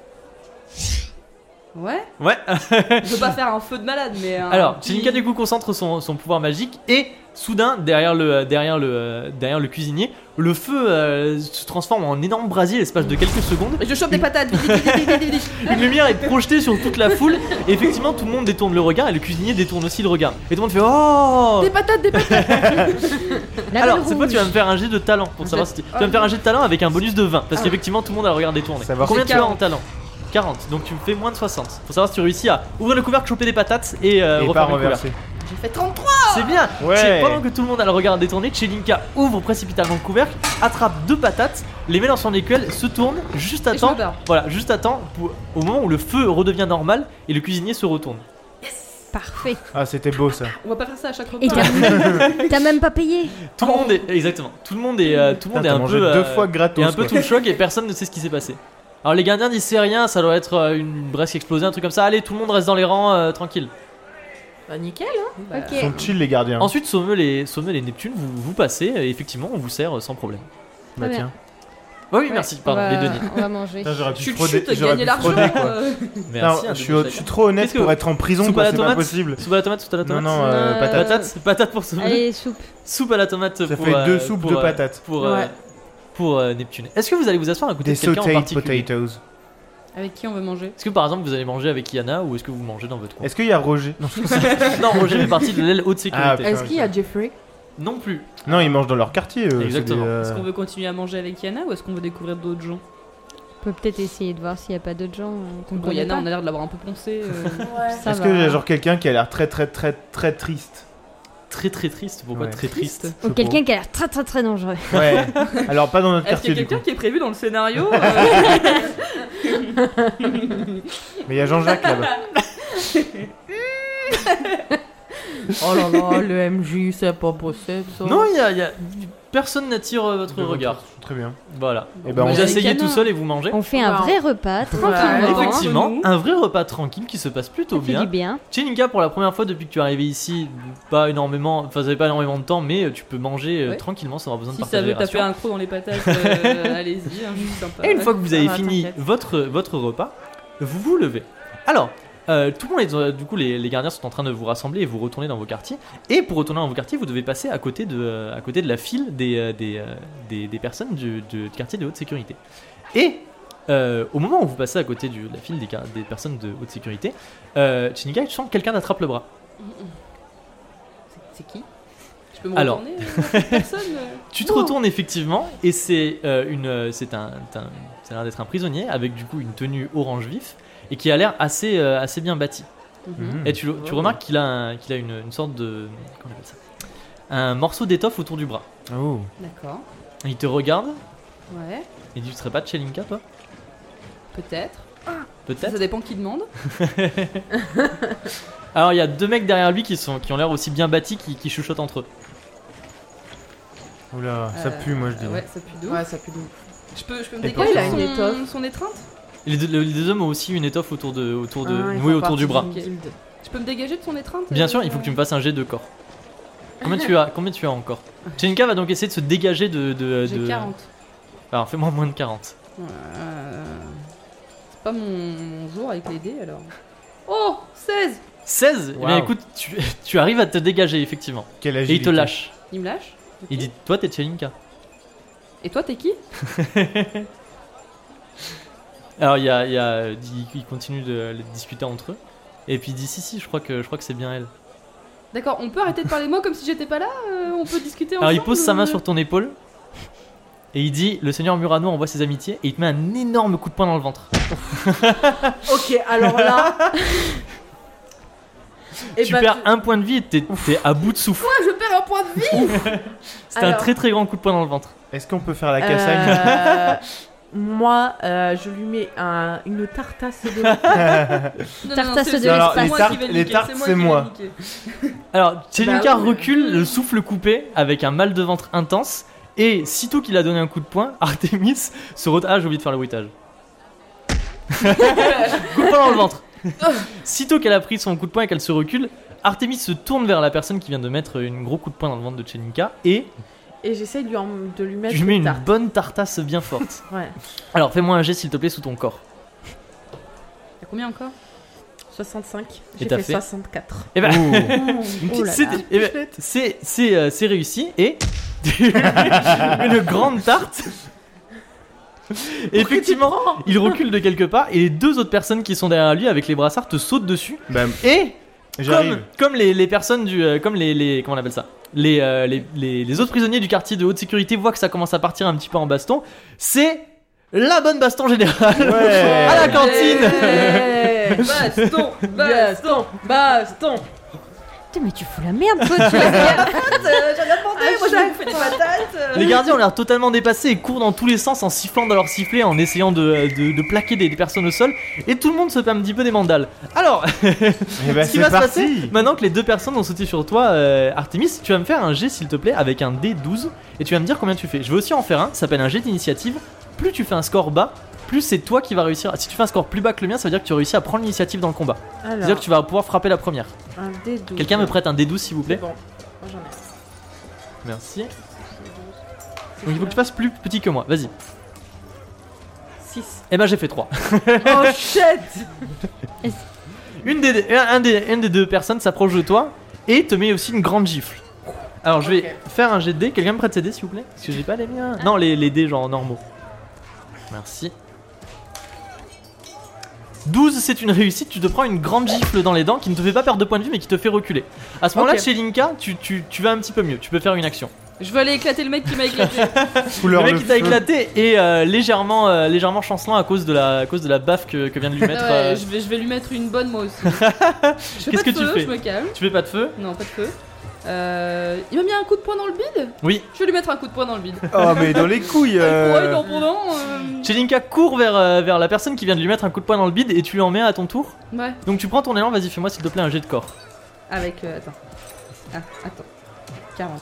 Ouais. Ouais. Je veux pas faire un feu de malade, mais. Alors, Tchelinka du coup concentre son pouvoir magique et soudain derrière le cuisinier, le feu se transforme en énorme brasier à l'espace de quelques secondes. Et je chope des patates. Vite, vite, vite, vite, vite, vite. Une lumière est projetée sur toute la foule et effectivement tout le monde détourne le regard et le cuisinier détourne aussi le regard. Et tout le monde fait oh. Des patates, des patates. La Alors, belle cette fois, tu vas rouge. me faire un jet de talent pour savoir si tu vas me faire un jet de talent avec un bonus de 20 parce Ah. qu'effectivement tout le monde a le regard détourné. Savoir Combien si- tu as en talent 40, donc tu me fais moins de 60. Faut savoir si tu réussis à ouvrir le couvercle, choper des patates et Et pas refermer le couvercle. renverser. J'ai fait 33. C'est bien. Ouais. C'est pendant que tout le monde a le regard détourné, Tchelinka ouvre précipitamment le couvercle, attrape 2 patates, les met dans son écuelle, se tourne juste à Et je me temps. barre. Voilà, juste à temps au moment où le feu redevient normal et le cuisinier se retourne. Parfait. Ah, c'était beau ça. On va pas faire ça à chaque Et repas. t'as même pas payé. Tout le monde est exactement. Tout le monde est Putain, est t'as un mangé peu 2 fois gratos. et un peu quoi. tout le choc et personne ne sait ce qui s'est passé. Alors les gardiens disent c'est rien, ça doit être une bresque explosée, un truc comme ça. Allez, tout le monde reste dans les rangs, tranquille. Bah nickel. Bah, Ok. Ils sont chill les gardiens. Ensuite, Sommel et Neptune, vous passez et effectivement on vous sert sans problème. Bah Très tiens. Oh oui, Ouais, merci, on pardon, va- les deniers. On va manger. Putain, j'aurais pu Chut, frauder. chut, J'aurais gagner pu l'argent. frauder, quoi. Merci. Non, un je demi suis trop honnête Qu'est-ce que- pour être en prison, Soupe quoi, à la c'est pas tomate possible. Soupe à la tomate, soupe à la Non, tomate. non, Euh, patate. Patate pour Sommel. Allez, soupe. Soupe à la tomate Ça pour, fait 2 soupes, pour, 2 patates. Ouais. Pour Neptune. Est-ce que vous allez vous asseoir à côté Des de quelqu'un en sautéed particulier? potatoes. Avec qui on veut manger? Est-ce que par exemple vous allez manger avec Yana ou est-ce que vous mangez dans votre coin? Est-ce qu'il y a Roger? Non, Non, Roger fait partie de l'aile haute sécurité. Ah, Est-ce qu'il y a Jeffrey? Non plus. non, ils mangent dans leur quartier. c'est Exactement. des, Est-ce qu'on veut continuer à manger avec Yana ou est-ce qu'on veut découvrir d'autres gens? On peut peut-être essayer de voir s'il n'y a pas d'autres gens qu'on Bon, connaît Yana, pas. on a l'air de l'avoir un peu poncé. Ça Est-ce va. qu'il y a genre quelqu'un qui a l'air très triste? Très très triste. Pourquoi Ouais. très triste? Ou quelqu'un qui a l'air très très très dangereux. Ouais. Alors pas dans notre Est-ce qu'il quartier y a du coup. quelqu'un qui est prévu dans le scénario Mais il y a Jean-Jacques là-bas. Oh là là, le MJ, c'est pas possible ça. Non, il y a personne n'attire votre regard. Très bien. Voilà. Et ben Vous on- Avec asseyez Yana. tout seul et vous mangez. On fait un Wow. vrai repas, Voilà, tranquillement. Effectivement, entre nous. un vrai repas tranquille qui se passe plutôt Ça fait bien. du bien. Tchelinka, pour la première fois depuis que tu es arrivé ici, pas énormément, enfin, vous avez pas énormément de temps, mais tu peux manger Ouais. tranquillement sans avoir besoin de Si ça partager veut les taper rations. un croc dans les patates, allez-y, hein, juste sympa. Et une fois que vous avez va, fini t'inquiète. votre repas, vous vous levez. Alors, tout le monde est, du coup, les gardiens sont en train de vous rassembler et vous retournez dans vos quartiers. Et pour retourner dans vos quartiers, vous devez passer à côté de la file des personnes du quartier de haute sécurité. Et au moment où vous passez à côté de la file des personnes de haute sécurité, Tchelinka, tu sens que quelqu'un t'attrape le bras. C'est qui? Je peux me Alors. retourner cette personne Tu te retournes effectivement et c'est ça a l'air d'être un prisonnier avec du coup une tenue orange vif et qui a l'air assez bien bâti. Mhm. Et tu remarques qu'il a une sorte de comment on appelle ça, un morceau d'étoffe autour du bras. Oh. D'accord, Et il te regarde ouais, et dit tu serais pas Tchelinka toi? peut-être. Peut-être. Ça dépend qui demande. Alors il y a 2 mecs derrière lui qui ont l'air aussi bien bâtis qui chuchotent entre eux. Oula, ça pue moi je dis. Ouais, ça pue d'où. Ouais, ça pue de ouf. Je peux me Et dégager pourquoi il a une son, étoffe son étreinte? Et les deux hommes ont aussi une étoffe autour Ah, ils nouée font autour partie du bras. d'une guilde. Je peux me dégager de son étreinte? Bien sûr, il faut que tu me fasses un jet de corps. Combien tu as encore? Tchelinka va donc essayer de se dégager J'ai 40. Alors fais-moi moins de 40. pas mon jour avec les dés alors. Oh 16. 16. Eh bien, Wow. écoute, tu arrives à te dégager, effectivement. Quelle Et il agilité. te lâche. Il me lâche. Ok. Il dit toi, t'es Chelinka. Et toi, t'es qui? Alors, il continue de discuter entre eux. Et puis il dit si, je crois que c'est bien elle. D'accord, on peut arrêter de parler de moi comme si j'étais pas là. On peut discuter ensemble. Alors, il pose sa main sur ton épaule. Et il dit le seigneur Murano envoie ses amitiés. Et il te met un énorme coup de poing dans le ventre. Ok, alors là. Tu perds un point de vie et t'es à bout de souffle. Je perds un point de vie. C'était un Alors. très très grand coup de poing dans le ventre. Est-ce qu'on peut faire la cassagne Moi, je lui mets une tartasse de. Tartasse de Alors, l'espace. les tartes, les tartes, c'est moi. Alors, Chelinka Bah oui. recule, le souffle coupé, avec un mal de ventre intense. Et sitôt qu'il a donné un coup de poing, Artemis se retourne. Ah, j'ai oublié de faire le bruitage. Coup de poing dans le ventre. Sitôt qu'elle a pris son coup de poing et qu'elle se recule, Artemis se tourne vers la personne qui vient de mettre un gros coup de poing dans le ventre de Chelinka et Et j'essaie de lui mettre tu lui mets une tarte. bonne tartasse bien forte. Ouais. Alors, fais-moi un jet s'il te plaît sous ton corps. T'as combien encore? 65. Et J'ai t'as fait fait 64. Et ben, Oh là c'est- là. eh ben, c'est réussi et une grande tarte. Et effectivement, il recule de quelques pas et les deux autres personnes qui sont derrière lui avec les brassards te sautent dessus. Bah, Et j'arrive. comme les personnes comme les comment on appelle ça, les autres prisonniers du quartier de haute sécurité voient que ça commence à partir un petit peu en baston, c'est la bonne baston générale Ouais. à la cantine. Ouais. Baston, Baston, baston. Putain, mais tu fous la merde, toi, tu vas J'en ai demandé, moi j'avais fait des patates. Les gardiens ont l'air totalement dépassés et courent dans tous les sens en sifflant dans leurs sifflets, en essayant de plaquer des personnes au sol. Et tout le monde se fait un petit peu des mandales. Alors, Eh ben, ce qui c'est va se parti. passer, maintenant que les deux personnes ont sauté sur toi, Artemis, tu vas me faire un jet s'il te plaît avec un D12 et tu vas me dire combien tu fais. Je vais aussi en faire un, ça s'appelle un jet d'initiative. Plus tu fais un score bas, plus c'est toi qui vas réussir. Si tu fais un score plus bas que le mien, ça veut dire que tu as réussi à prendre l'initiative dans le combat. Alors, C'est-à-dire que tu vas pouvoir frapper la première. un D12. Quelqu'un me prête un D12 s'il vous plaît. Bon, moi, j'en ai. Merci. Donc il faut que tu fasses plus petit que moi, vas-y. 6. Eh ben j'ai fait 3. Oh shit. Un des deux personnes s'approche de toi et te met aussi une grande gifle. Alors je vais Ok. faire un jet de dés. Quelqu'un me prête ses dés s'il vous plaît? Parce que j'ai pas les miens. Non, les dés genre normaux. Merci. 12, c'est une réussite. Tu te prends une grande gifle dans les dents qui ne te fait pas perdre de points de vie mais qui te fait reculer. À ce moment-là, Ok. chez Linka, tu vas un petit peu mieux. Tu peux faire une action. Je vais aller éclater le mec qui m'a éclaté. Couleur Le mec de qui t'a feu. éclaté est légèrement chancelant à cause de la baffe que vient de lui mettre. Ouais, je vais lui mettre une bonne moi aussi. Je fais Qu'est-ce pas que de tu feu, fais? Je me calme. Tu fais pas de feu? Non, pas de feu. Il m'a mis un coup de poing dans le bide. Oui. Je vais lui mettre un coup de poing dans le bide. Oh, mais dans les couilles. Ouais, non, pendant. Chelinka court vers la personne qui vient de lui mettre un coup de poing dans le bide et tu lui en mets à ton tour. Ouais. Donc tu prends ton élan, vas-y fais-moi s'il te plaît un jet de corps. Avec. Attends. Ah, attends. 40.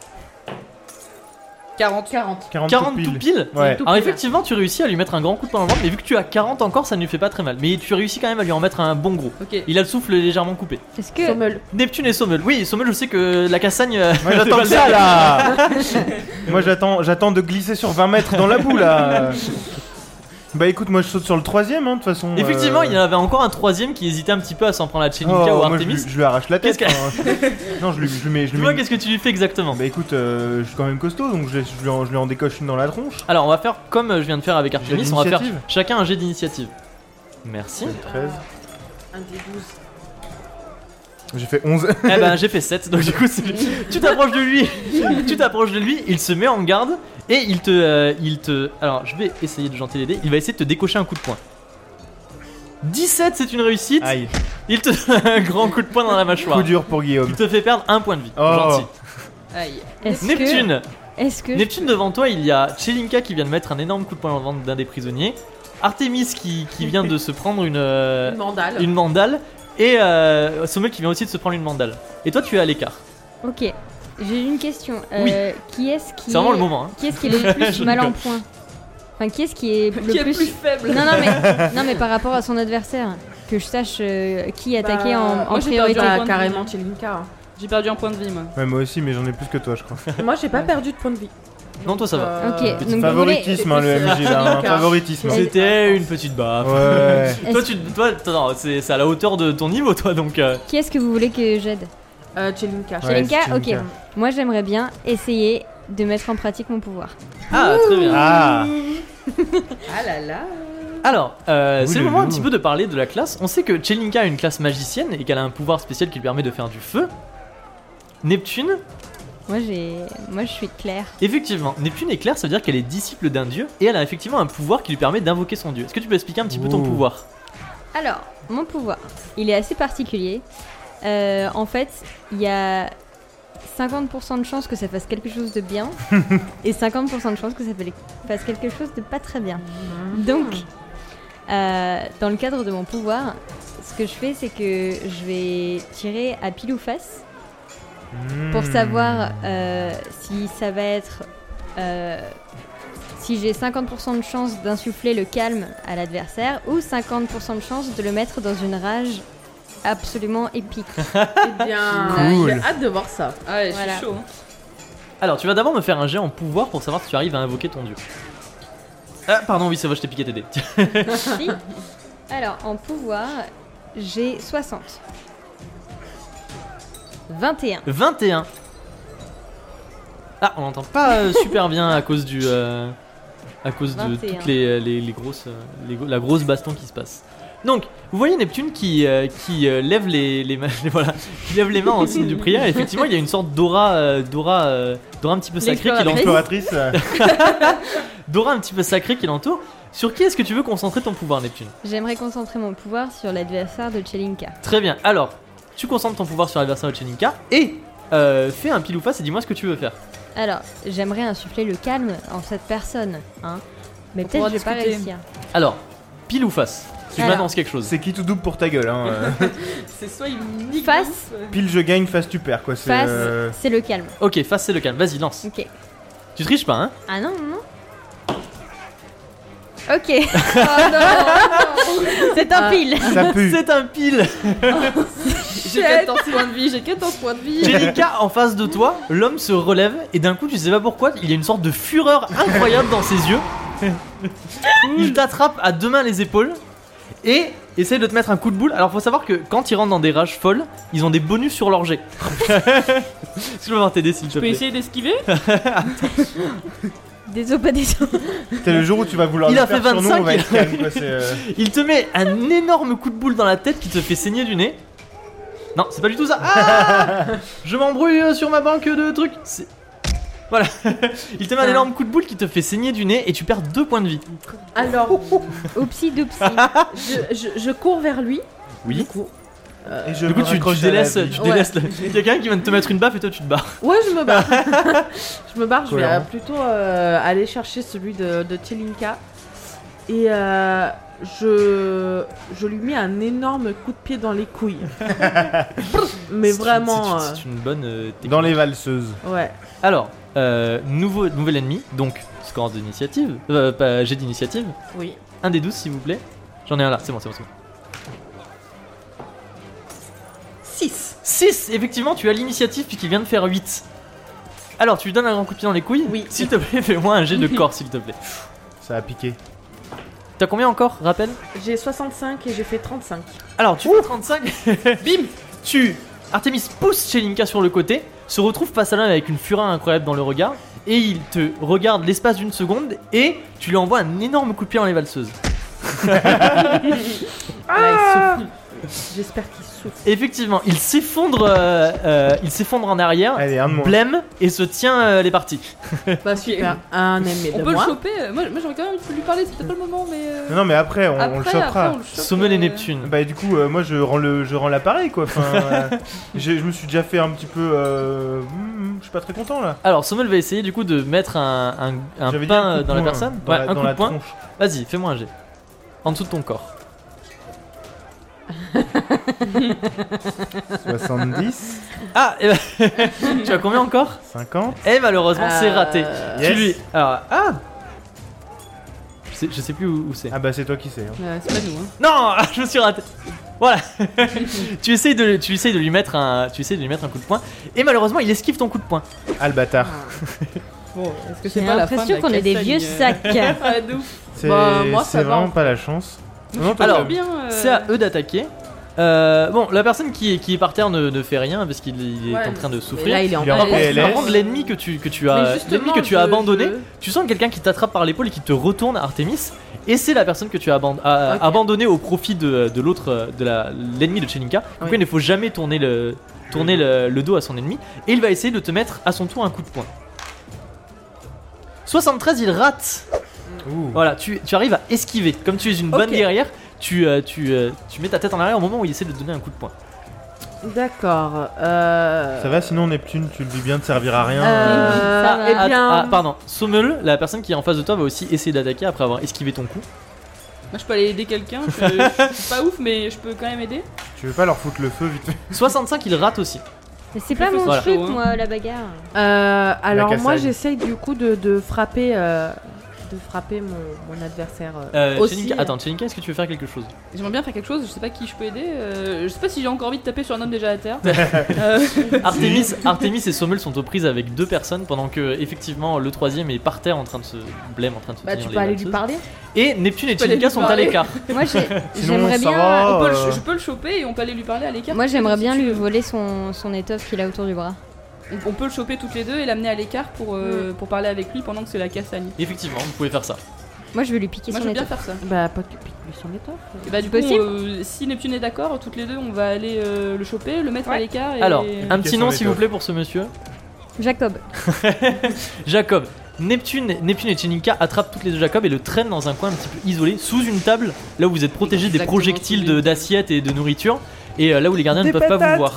40. 40, 40 tout tout pile. pile. Ouais. Alors effectivement tu réussis à lui mettre un grand coup de poing dans le ventre, mais vu que tu as 40 encore ça ne lui fait pas très mal. Mais tu réussis quand même à lui en mettre un bon gros. Ok. Il a le souffle légèrement coupé. Est-ce que. Sommel. Neptune et Sommel. Oui, Sommel je sais que la Cassagne... Moi j'attends que ça là. Moi j'attends de glisser sur 20 mètres dans la boue là. Bah écoute, moi je saute sur le troisième, hein, de toute façon. Effectivement il y en avait encore un troisième qui hésitait un petit peu à s'en prendre à Chelinka Oh, ou moi, Artemis. je lui arrache la tête. Qu'est-ce hein. Non, je lui mets. Dis-moi qu'est-ce que tu lui fais exactement. Bah écoute, je suis quand même costaud, donc je lui en décoche une dans la tronche. Alors on va faire comme je viens de faire avec Artemis, on va faire d'initiative. chacun un jet d'initiative. Merci. 13. Un D12. J'ai fait 11. Eh ben j'ai fait 7, donc du coup tu t'approches de lui, il se met en garde et il te... Alors je vais essayer de janter les dés, il va essayer de te décocher un coup de poing. 17 c'est une réussite, Aïe, il te donne un grand coup de poing dans la mâchoire. coup dur pour Guillaume. Il te fait perdre un point de vie, Oh. gentil. Aïe. Est-ce Neptune, que. Neptune devant toi il y a Chelinka qui vient de mettre un énorme coup de poing dans le ventre d'un des prisonniers, Artemis qui vient de se prendre Une mandale. une mandale et Sommel qui vient aussi de se prendre une mandale. Et toi tu es à l'écart. Ok. J'ai une question. Oui. Qui est-ce qui. C'est vraiment le moment. Hein. Qui est-ce qui est le plus Je mal en rigole. point? Enfin, qui est-ce qui est le Qui est plus. plus faible? Non, mais par rapport à son adversaire. Que je sache qui attaquer en moi, j'ai priorité. perdu un Bah, point de carrément vie. Chelinka. J'ai perdu un point de vie moi. Ouais, moi aussi, mais j'en ai plus que toi, je crois. Moi j'ai pas perdu de point de vie. Non, toi ça va. Ok, Petit donc vous favoritisme, hein, le MJ là, un favoritisme. C'était une petite baffe. Ouais. Non, c'est à la hauteur de ton niveau, toi, donc. Qui est-ce que vous voulez que j'aide? Chelinka. Ouais, Chelinka. c'est Ok. Chelinka. Moi, j'aimerais bien essayer de mettre en pratique mon pouvoir. Ah, très bien. Ah, Ah là là. Alors, c'est le moment un Ouloulou. petit peu de parler de la classe. On sait que Chelinka a une classe magicienne et qu'elle a un pouvoir spécial qui lui permet de faire du feu. Neptune, Moi, je suis Claire. effectivement, Neptune est claire, ça veut dire qu'elle est disciple d'un dieu et elle a effectivement un pouvoir qui lui permet d'invoquer son dieu. Est-ce que tu peux expliquer un petit peu ton Ouh. pouvoir? Alors, mon pouvoir, il est assez particulier. En fait, il y a 50% de chances que ça fasse quelque chose de bien et 50% de chances que ça fasse quelque chose de pas très bien. Donc, dans le cadre de mon pouvoir, ce que je fais, c'est que je vais tirer à pile ou face pour savoir si ça va être... si j'ai 50% de chance d'insuffler le calme à l'adversaire ou 50% de chance de le mettre dans une rage absolument épique. Eh bien, Cool. j'ai hâte de voir ça. Ah ouais, je Voilà. suis chaud. Hein. Alors, tu vas d'abord me faire un jet en pouvoir pour savoir si tu arrives à invoquer ton dieu. Ah, pardon, oui, c'est vrai, je t'ai piqué tes dés. Si. Alors, en pouvoir, j'ai 60. 21. 21. Ah, on n'entend pas super bien à cause du. À cause de 21. toutes les grosses. La grosse baston qui se passe. Donc, vous voyez Neptune qui lève les mains. Voilà, qui lève les mains en signe de prière. Et effectivement, il y a une sorte d'aura un petit peu sacrée qui l'entoure. exploratrice. D'aura un petit peu sacrée qui l'entoure. Sur qui est-ce que tu veux concentrer ton pouvoir, Neptune? J'aimerais concentrer mon pouvoir sur l'adversaire de Chelinka. Très bien. Alors, tu concentres ton pouvoir sur l'adversaire de Chelinka et fais un pile ou face et dis-moi ce que tu veux faire. Alors, j'aimerais insuffler le calme en cette personne, hein. Mais On peut-être pourra je vais pas discuter. réussir. Alors, pile ou face? Tu Alors. m'annonces quelque chose. C'est qui tout double pour ta gueule, hein. C'est soit il me nique Face. de ouf, Pile je gagne, face tu perds quoi. C'est, Face, c'est le calme. Ok, face c'est le calme. Vas-y, lance. Ok. Tu triches pas, hein? Ah non, non, non. Ok, Oh non. c'est un pile. Ça pue. C'est un pile. J'ai 14 points de vie, j'ai 14 points de vie. Jellica en face de toi, l'homme se relève et d'un coup tu sais pas pourquoi, il y a une sorte de fureur incroyable dans ses yeux. Il t'attrape à deux mains les épaules et essaye de te mettre un coup de boule. Alors faut savoir que quand ils rentrent dans des rages folles, ils ont des bonus sur leur jet. Est-ce que je peux voir t'aider s'il te Je peux plaît? essayer d'esquiver. Des os, pas des os. C'est le jour où tu vas vouloir Il le a faire fait sur nous, 25, on va être calme quoi. C'est, Il te met un énorme coup de boule dans la tête qui te fait saigner du nez. Non, c'est pas du tout ça. Ah, je m'embrouille sur ma banque de trucs. Voilà. Il te met un énorme coup de boule qui te fait saigner du nez et tu perds 2 points de vie. Alors, Oupsie doupsie. je cours vers lui. Oui. Du coup, Et je Du coup, me tu raccroche à la délaisses. vie. Tu Ouais. délaisses il y a quelqu'un qui vient de te mettre une baffe et toi tu te barres. ouais, je me barre. Je me barre, je vais Cohérent. plutôt aller chercher celui de Chelinka. Et je lui mets un énorme coup de pied dans les couilles. Mais vraiment. C'est une bonne technique. Dans les valseuses. Ouais. Alors, nouvel ennemi, donc score d'initiative. Pas jet d'initiative. Oui. Un des 12 s'il vous plaît. J'en ai un là, c'est bon, c'est bon, c'est bon. 6. 6, effectivement, tu as l'initiative puisqu'il vient de faire 8. Alors, tu lui donnes un grand coup de pied dans les couilles. Oui. S'il te plaît, fais-moi un jet de corps, s'il te plaît. Ça a piqué. T'as combien encore, rappelle? J'ai 65 et j'ai fait 35. Alors, tu fais 35. Bim. Artemis pousse Chelinka sur le côté, se retrouve face à l'un avec une fureur incroyable dans le regard, et il te regarde l'espace d'une seconde, et tu lui envoies un énorme coup de pied dans les valseuses. Là, il souffle. J'espère qu'il souffle. Effectivement, il s'effondre en arrière, Allez, un de moins. blême, et se tient les parties. Bah super. Un ennemi On de peut le moi. choper. Moi j'aurais quand même envie de lui parler, c'est peut-être pas le moment, mais. Non mais après on le Après, chopera. on le chope, Sommel et Neptune. Bah du coup moi je rends l'appareil quoi. Enfin, je me suis déjà fait un petit peu. Je suis pas très content là. Alors, Sommel va essayer du coup de mettre un J'avais dit pain un coup de dans la poing, personne. dans Ouais, la- un dans coup la de poing. tronche. Vas-y, fais-moi un jet. En dessous de ton corps. 70, Ah, et tu as combien encore? 50. Et malheureusement, c'est raté. Tu Yes. lui. Alors, je sais plus où c'est. Ah bah c'est toi qui sais. hein. C'est pas nous, hein. Non, je me suis raté. Voilà. tu essayes de lui mettre un coup de poing et malheureusement, il esquive ton coup de poing. Ah le bâtard. Bon, est-ce que J'ai c'est pas la fin de l'impression la qu'on est des vieux castagne, sacs. Ouais, de ouf. C'est Bah, moi, ça c'est va, vraiment en pas la chance. Non, Alors, toi, bien. C'est à eux d'attaquer. Bon, la personne qui est par terre ne fait rien parce qu'il est Ouais, en train de Mais souffrir. là, il est en Il est en Par contre, PLS. par contre, l'ennemi que tu as, l'ennemi que tu as abandonné, tu sens quelqu'un qui t'attrape par l'épaule et qui te retourne, Artemis, et c'est la personne que tu as abandonné au profit de l'autre, l'ennemi de Chelinka. Donc Oui. il ne faut jamais tourner le dos à son ennemi, et il va essayer de te mettre à son tour un coup de poing. 73, il rate. Ouh. Voilà, tu arrives à esquiver. Comme tu es une bonne Ok. guerrière, tu mets ta tête en arrière au moment où il essaie de te donner un coup de poing. D'accord. Ça va, sinon Neptune, tu le dis bien, te servir à rien. Ça va. Eh bien, Pardon, Sommel, la personne qui est en face de toi va aussi essayer d'attaquer après avoir esquivé ton coup. Moi, je peux aller aider quelqu'un. Je suis pas ouf, mais je peux quand même aider. Tu veux pas leur foutre le feu vite fait 65, il rate aussi. Mais c'est pas mon Voilà. truc, Chaud, hein. moi, la bagarre. alors moi, cassagne. j'essaye du coup de frapper, mon adversaire aussi. Chelinka, attends, Chelinka, est-ce que tu veux faire quelque chose? J'aimerais bien faire quelque chose. Je sais pas qui je peux aider. Je sais pas si j'ai encore envie de taper sur un homme déjà à terre. Artemis et Sommel sont aux prises avec deux personnes pendant que effectivement le troisième est par terre en train de se blême, en train de se Bah, tenir tu les peux aller lui valseuses. parler. Et Neptune et peux aller Chelinka lui sont à parler. l'écart. Moi, Sinon, j'aimerais ça bien. va, Je peux le choper et on peut aller lui parler à l'écart. Moi, j'aimerais Si bien tu lui veux. voler son étoffe qu'il a autour du bras. On peut le choper toutes les deux et l'amener à l'écart pour parler avec lui pendant que c'est la cassagne. Effectivement, vous pouvez faire ça. Moi, je veux lui piquer Moi, je son veux bien étoffe. faire ça. Bah, pas que pique-lui son étoffe. Et bah, du coup, Possible. si Neptune est d'accord, toutes les deux, on va aller le choper, le mettre à l'écart. Et... Alors, un petit Piquer nom son s'il vous étoffe. plaît pour ce monsieur. Jacob. Jacob. Neptune et Chelinka attrapent toutes les deux Jacob et le traînent dans un coin un petit peu isolé, sous une table, là où vous êtes protégé des Exactement, projectiles sous une- d'assiettes et de nourriture, et là où les gardiens ne Des peuvent pas patates. vous voir.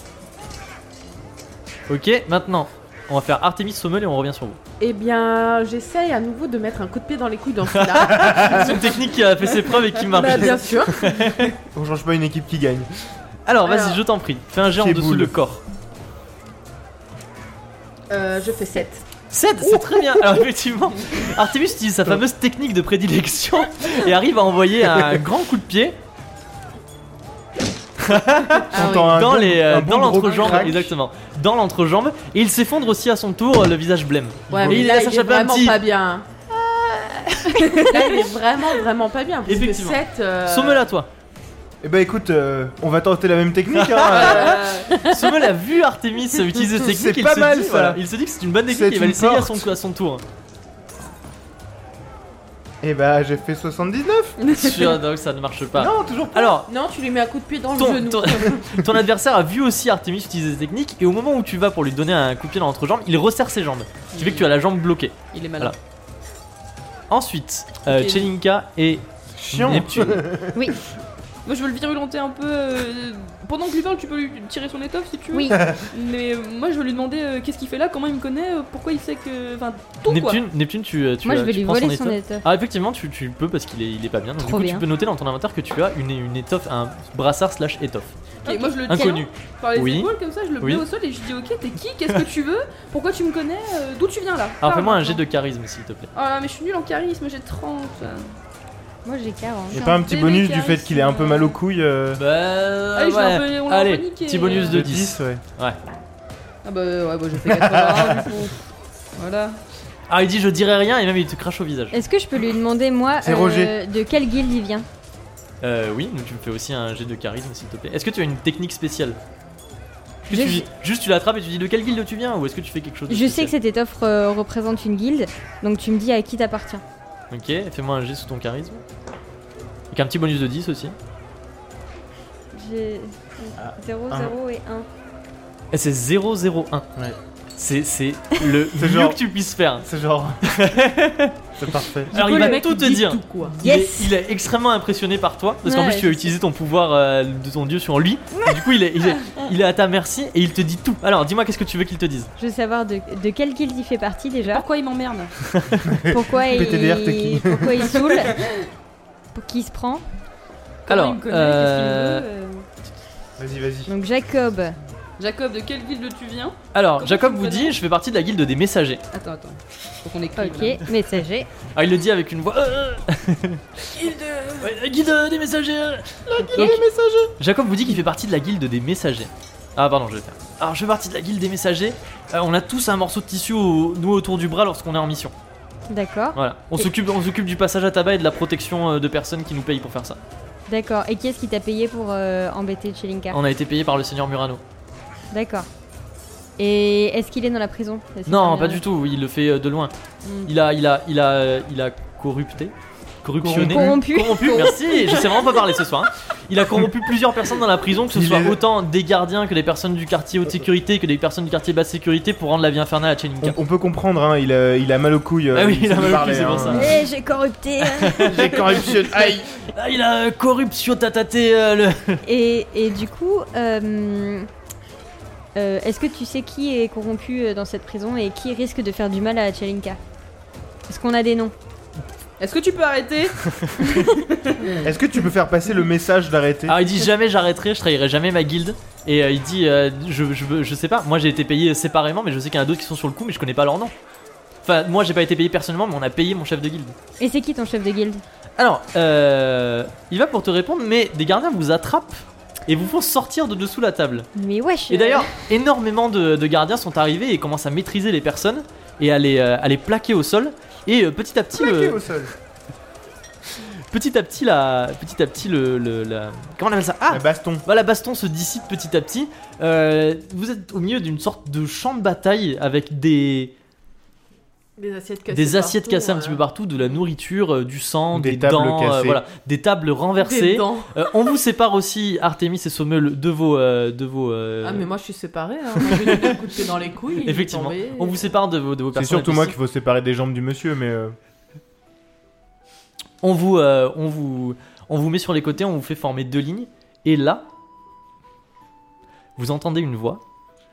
Ok, maintenant, on va faire Artemis, Sommel et on revient sur vous. Eh bien, j'essaye à nouveau de mettre un coup de pied dans les couilles dans celui-là. C'est une technique qui a fait ses preuves et qui marche. Bah, bien sûr. On change pas une équipe qui gagne. Alors, vas-y, Alors. je t'en prie, fais un jet en Pied dessous boule. le corps. Je fais 7. 7, c'est très bien. Alors effectivement, Artemis utilise sa fameuse technique de prédilection et arrive à envoyer un grand coup de pied T'entends un dans bon- les un bon dans gros l'entrejambe, crack. exactement, dans l'entrejambe, et il s'effondre aussi à son tour, le visage blême. Ouais, Et mais il là, laisse il est échapper un vraiment petit. pas bien. Là, il est vraiment pas bien. Parce Effectivement. que 7. Sommel à toi. Eh bah écoute, on va tenter la même technique. Hein. Sommel a vu Artemis utiliser cette C'est technique. Il pas se mal, dit, ça. voilà, il se dit que c'est une bonne technique C'est et il va une l'essayer à porte. son tour. Eh bah j'ai fait 79. Sûr, donc ça ne marche pas. Non, toujours pas. Alors, Non, tu lui mets un coup de pied dans le ton, genou. ton adversaire a vu aussi Artemis utiliser cette technique et au moment où tu vas pour lui donner un coup de pied dans l'entrejambe, il resserre ses jambes. Ce qui fait que tu as la jambe bloquée. Il est malin. Voilà. Ensuite, Ok. Chelinka et Chiant. Neptune. Moi, je veux le virulenter un peu. Pendant que lui parle, tu peux lui tirer son étoffe si tu veux. Oui. Mais moi, je veux lui demander qu'est-ce qu'il fait là, comment il me connaît, pourquoi il sait que. Enfin, tout quoi. Neptune, tu Moi, je vais tu lui prends voler son étoffe. étoffe. Ah effectivement tu peux parce qu'il est pas bien. Donc Trop du coup bien. tu peux noter dans ton inventaire que tu as une étoffe, un brassard / étoffe. Ok, moi, je le tiens Inconnu. par les Oui. épaules comme ça, je le Oui. mets au sol et je dis ok, t'es qui, qu'est-ce que tu veux, pourquoi tu me connais, d'où tu viens là. Alors Parle fais-moi un maintenant. jet de charisme s'il te plaît. Oh là, mais je suis nul en charisme, j'ai 30. Moi, j'ai 40. Y'a pas un petit bébé bonus qui du fait arrive, qu'il est un peu mal aux couilles Bah Allez, je l'ai un peu- on l'a un peu Allez, niqué. petit bonus de de 10. 10, ouais. Ah bah ouais, j'ai fait 81 du coup. Voilà. Ah il dit je dirai rien et même il te crache au visage. Est-ce que je peux lui demander, moi, C'est Roger. de quelle guilde il vient? Oui, donc tu me fais aussi un jet de charisme s'il te plaît. Est-ce que tu as une technique spéciale? Est-ce que Je- tu dis- juste tu l'attrapes et tu dis de quelle guilde tu viens ou est-ce que tu fais quelque chose de Je sais que spécial cette étoffe représente une guilde, donc tu me dis à qui t'appartient. Ok, fais-moi un jet sous ton charisme. Avec un petit bonus de 10 aussi. J'ai 0, un. 0 et 1. Et c'est 001. Ouais. C'est le C'est mieux genre- que tu puisses faire. C'est genre. C'est parfait. Alors coup, il le va mec, tout il te dit dire. tout, quoi. Yes. Il est extrêmement impressionné par toi parce qu'en Ouais, plus tu as je utilisé ton pouvoir de ton dieu sur lui. Et du coup il est à ta merci et il te dit tout. Alors dis-moi qu'est-ce que tu veux qu'il te dise. Je veux savoir de quelle guilde il fait partie déjà. Pourquoi il m'emmerde? Pourquoi il, PTDR, t'es qui pourquoi il saoule. Pour qui il se prend. Comment Alors, il me connaît, qu'est-ce qu'il veut Vas-y. Donc Jacob. Jacob, de quelle guilde tu viens? Alors Comment Jacob tu vous me dit connais je fais partie de la guilde des messagers. Attends. Faut qu'on écrive. là. Ok, messager. Alors il le dit avec une voix. Ouais, la guilde des messagers. Donc, Jacob vous dit qu'il fait partie de la guilde des messagers. Ah pardon, je vais faire. Alors je fais partie de la guilde des messagers. On a tous un morceau de tissu nous autour du bras lorsqu'on est en mission. D'accord. Voilà. On s'occupe du passage à tabac et de la protection de personnes qui nous payent pour faire ça. D'accord. Et qui est-ce qui t'a payé pour embêter Chelinka? On a été payé par le seigneur Murano. D'accord. Et est-ce qu'il est dans la prison? Non, pas du tout. Il le fait de loin. Il a corruptionné. Corrompu. Merci. Je sais vraiment pas parler ce soir. Hein. Il a corrompu plusieurs personnes dans la prison, que ce soit autant des gardiens que des personnes du quartier haute sécurité, que des personnes du quartier basse sécurité, pour rendre la vie infernale à Chelinka. On peut comprendre, hein, il a mal aux couilles. Ah oui, il a sait mal aux parler, couilles, c'est pour hein. ça. J'ai corrupté. J'ai corruption. Aïe. Ah, il a corruption tataté le. Et du coup, est-ce que tu sais qui est corrompu dans cette prison et qui risque de faire du mal à Chelinka? Est-ce qu'on a des noms? Est-ce que tu peux arrêter? Est-ce que tu peux faire passer le message d'arrêter? Alors il dit jamais j'arrêterai, je trahirai jamais ma guilde. Et il dit je sais pas, moi j'ai été payé séparément, mais je sais qu'il y en a d'autres qui sont sur le coup, mais je connais pas leur nom. Enfin, moi j'ai pas été payé personnellement, mais on a payé mon chef de guilde. Et c'est qui ton chef de guilde? Alors, il va pour te répondre, mais des gardiens vous attrapent et vous font sortir de dessous la table. Mais wesh. Et d'ailleurs, énormément de gardiens sont arrivés et commencent à maîtriser les personnes et à les plaquer au sol. Et petit à petit, Plaqué au sol. petit à petit, la comment on appelle ça? Ah, La baston. voilà, la baston se dissipe petit à petit. Vous êtes au milieu d'une sorte de champ de bataille avec des assiettes cassées un petit peu partout, de la nourriture, du sang, des tables dents, cassées. voilà, des tables renversées. Des dents. On vous sépare aussi, Artemis et Sommel, de vos. Ah, mais moi je suis séparée. Hein. Moi j'ai donné un coup de pied dans les couilles. il est Effectivement, tombé. on vous sépare de vos C'est personnes. surtout moi qu'il faut séparer des jambes du monsieur, mais On vous met sur les côtés, on vous fait former 2 lignes. Et là, vous entendez une voix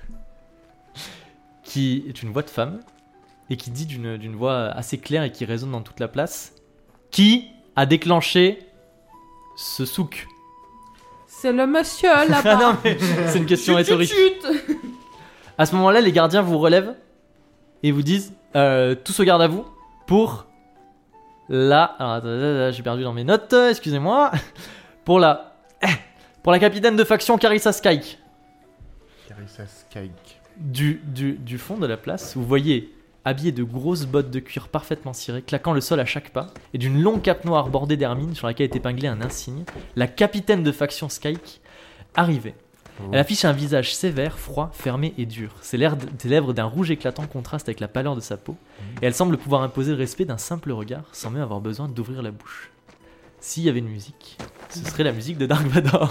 qui est une voix de femme et qui dit d'une voix assez claire et qui résonne dans toute la place. Qui a déclenché ce souk? C'est le monsieur Ah là-bas. non, mais c'est une question rhétorique. À ce moment-là, les gardiens vous relèvent et vous disent tous au garde à vous pour la. Alors, attends, j'ai perdu dans mes notes, excusez-moi. Pour la capitaine de faction Carissa Skyke. Carissa Skyke. Du fond de la place, vous voyez, habillée de grosses bottes de cuir parfaitement cirées, claquant le sol à chaque pas, et d'une longue cape noire bordée d'hermine sur laquelle est épinglé un insigne, la capitaine de faction Skyke arrivait. Elle affiche un visage sévère, froid, fermé et dur. Ses lèvres d'un rouge éclatant contrastent avec la pâleur de sa peau, et elle semble pouvoir imposer le respect d'un simple regard, sans même avoir besoin d'ouvrir la bouche. S'il y avait une musique, ce serait la musique de Dark Vador.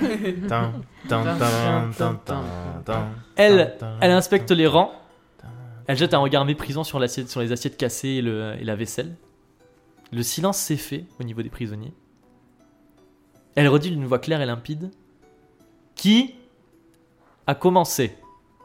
Elle inspecte les rangs, elle jette un regard méprisant sur les assiettes cassées et la vaisselle. Le silence s'est fait au niveau des prisonniers. Elle redit d'une voix claire et limpide: qui a commencé?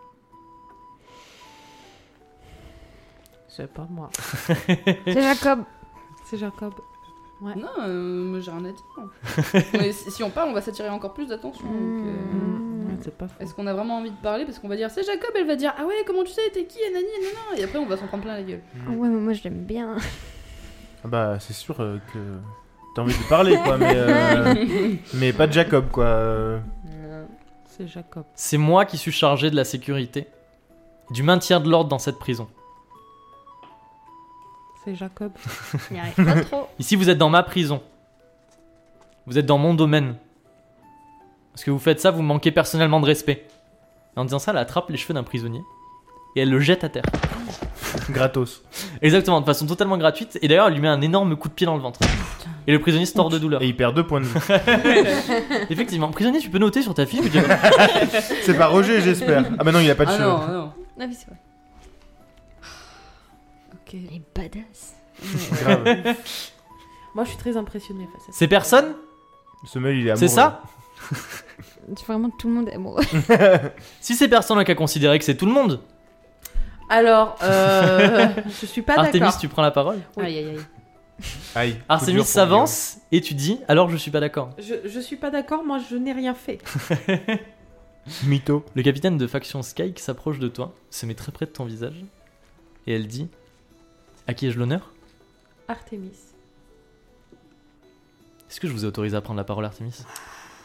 C'est pas moi. C'est Jacob. C'est Jacob. Ouais. Non, moi j'ai rien à dire. Mais si on parle, on va s'attirer encore plus d'attention. Donc, Ouais, c'est pas faux. est-ce qu'on a vraiment envie de parler? Parce qu'on va dire c'est Jacob, elle va dire ah ouais, comment tu sais, t'es qui, nanani, nanana. Et après on va s'en prendre plein la gueule. Ouais, mais moi je l'aime bien. Ah bah c'est sûr que t'as envie de parler quoi, mais pas de Jacob quoi. C'est Jacob. C'est moi qui suis chargé de la sécurité, du maintien de l'ordre dans cette prison. C'est Jacob. Il n'y arrive pas trop. Ici, vous êtes dans ma prison. Vous êtes dans mon domaine. Parce que vous faites ça, vous me manquez personnellement de respect. Et en disant ça, elle attrape les cheveux d'un prisonnier et elle le jette à terre. Gratos. Exactement, de façon totalement gratuite. Et d'ailleurs, elle lui met un énorme coup de pied dans le ventre. Et le prisonnier se tord de douleur. Et il perd 2 points de vie. Effectivement, prisonnier, tu peux noter sur ta fiche. C'est pas Roger, j'espère. Ah bah non, il a pas de Ah cheveux. non, non. Ah oui, c'est vrai. Ok. Elle est badass. Grave. Moi je suis très impressionnée face à ça. Ces personnes, Sommel, il est amoureux. c'est ça? Vraiment, tout le monde est amoureux. Si ces personnes n'ont qu'à considérer que c'est tout le monde. Alors, je suis pas Artemis, d'accord. tu prends la parole. Oui. Aïe aïe aïe. Aïe. coup Artemis dur pour s'avance et tu dis alors je suis pas d'accord. Je suis pas d'accord, moi je n'ai rien fait. Guillaume. Mytho. Le capitaine de faction Skyke s'approche de toi, se met très près de ton visage et elle dit: à qui ai-je l'honneur? Artemis. Est-ce que je vous ai autorisé à prendre la parole, Artemis?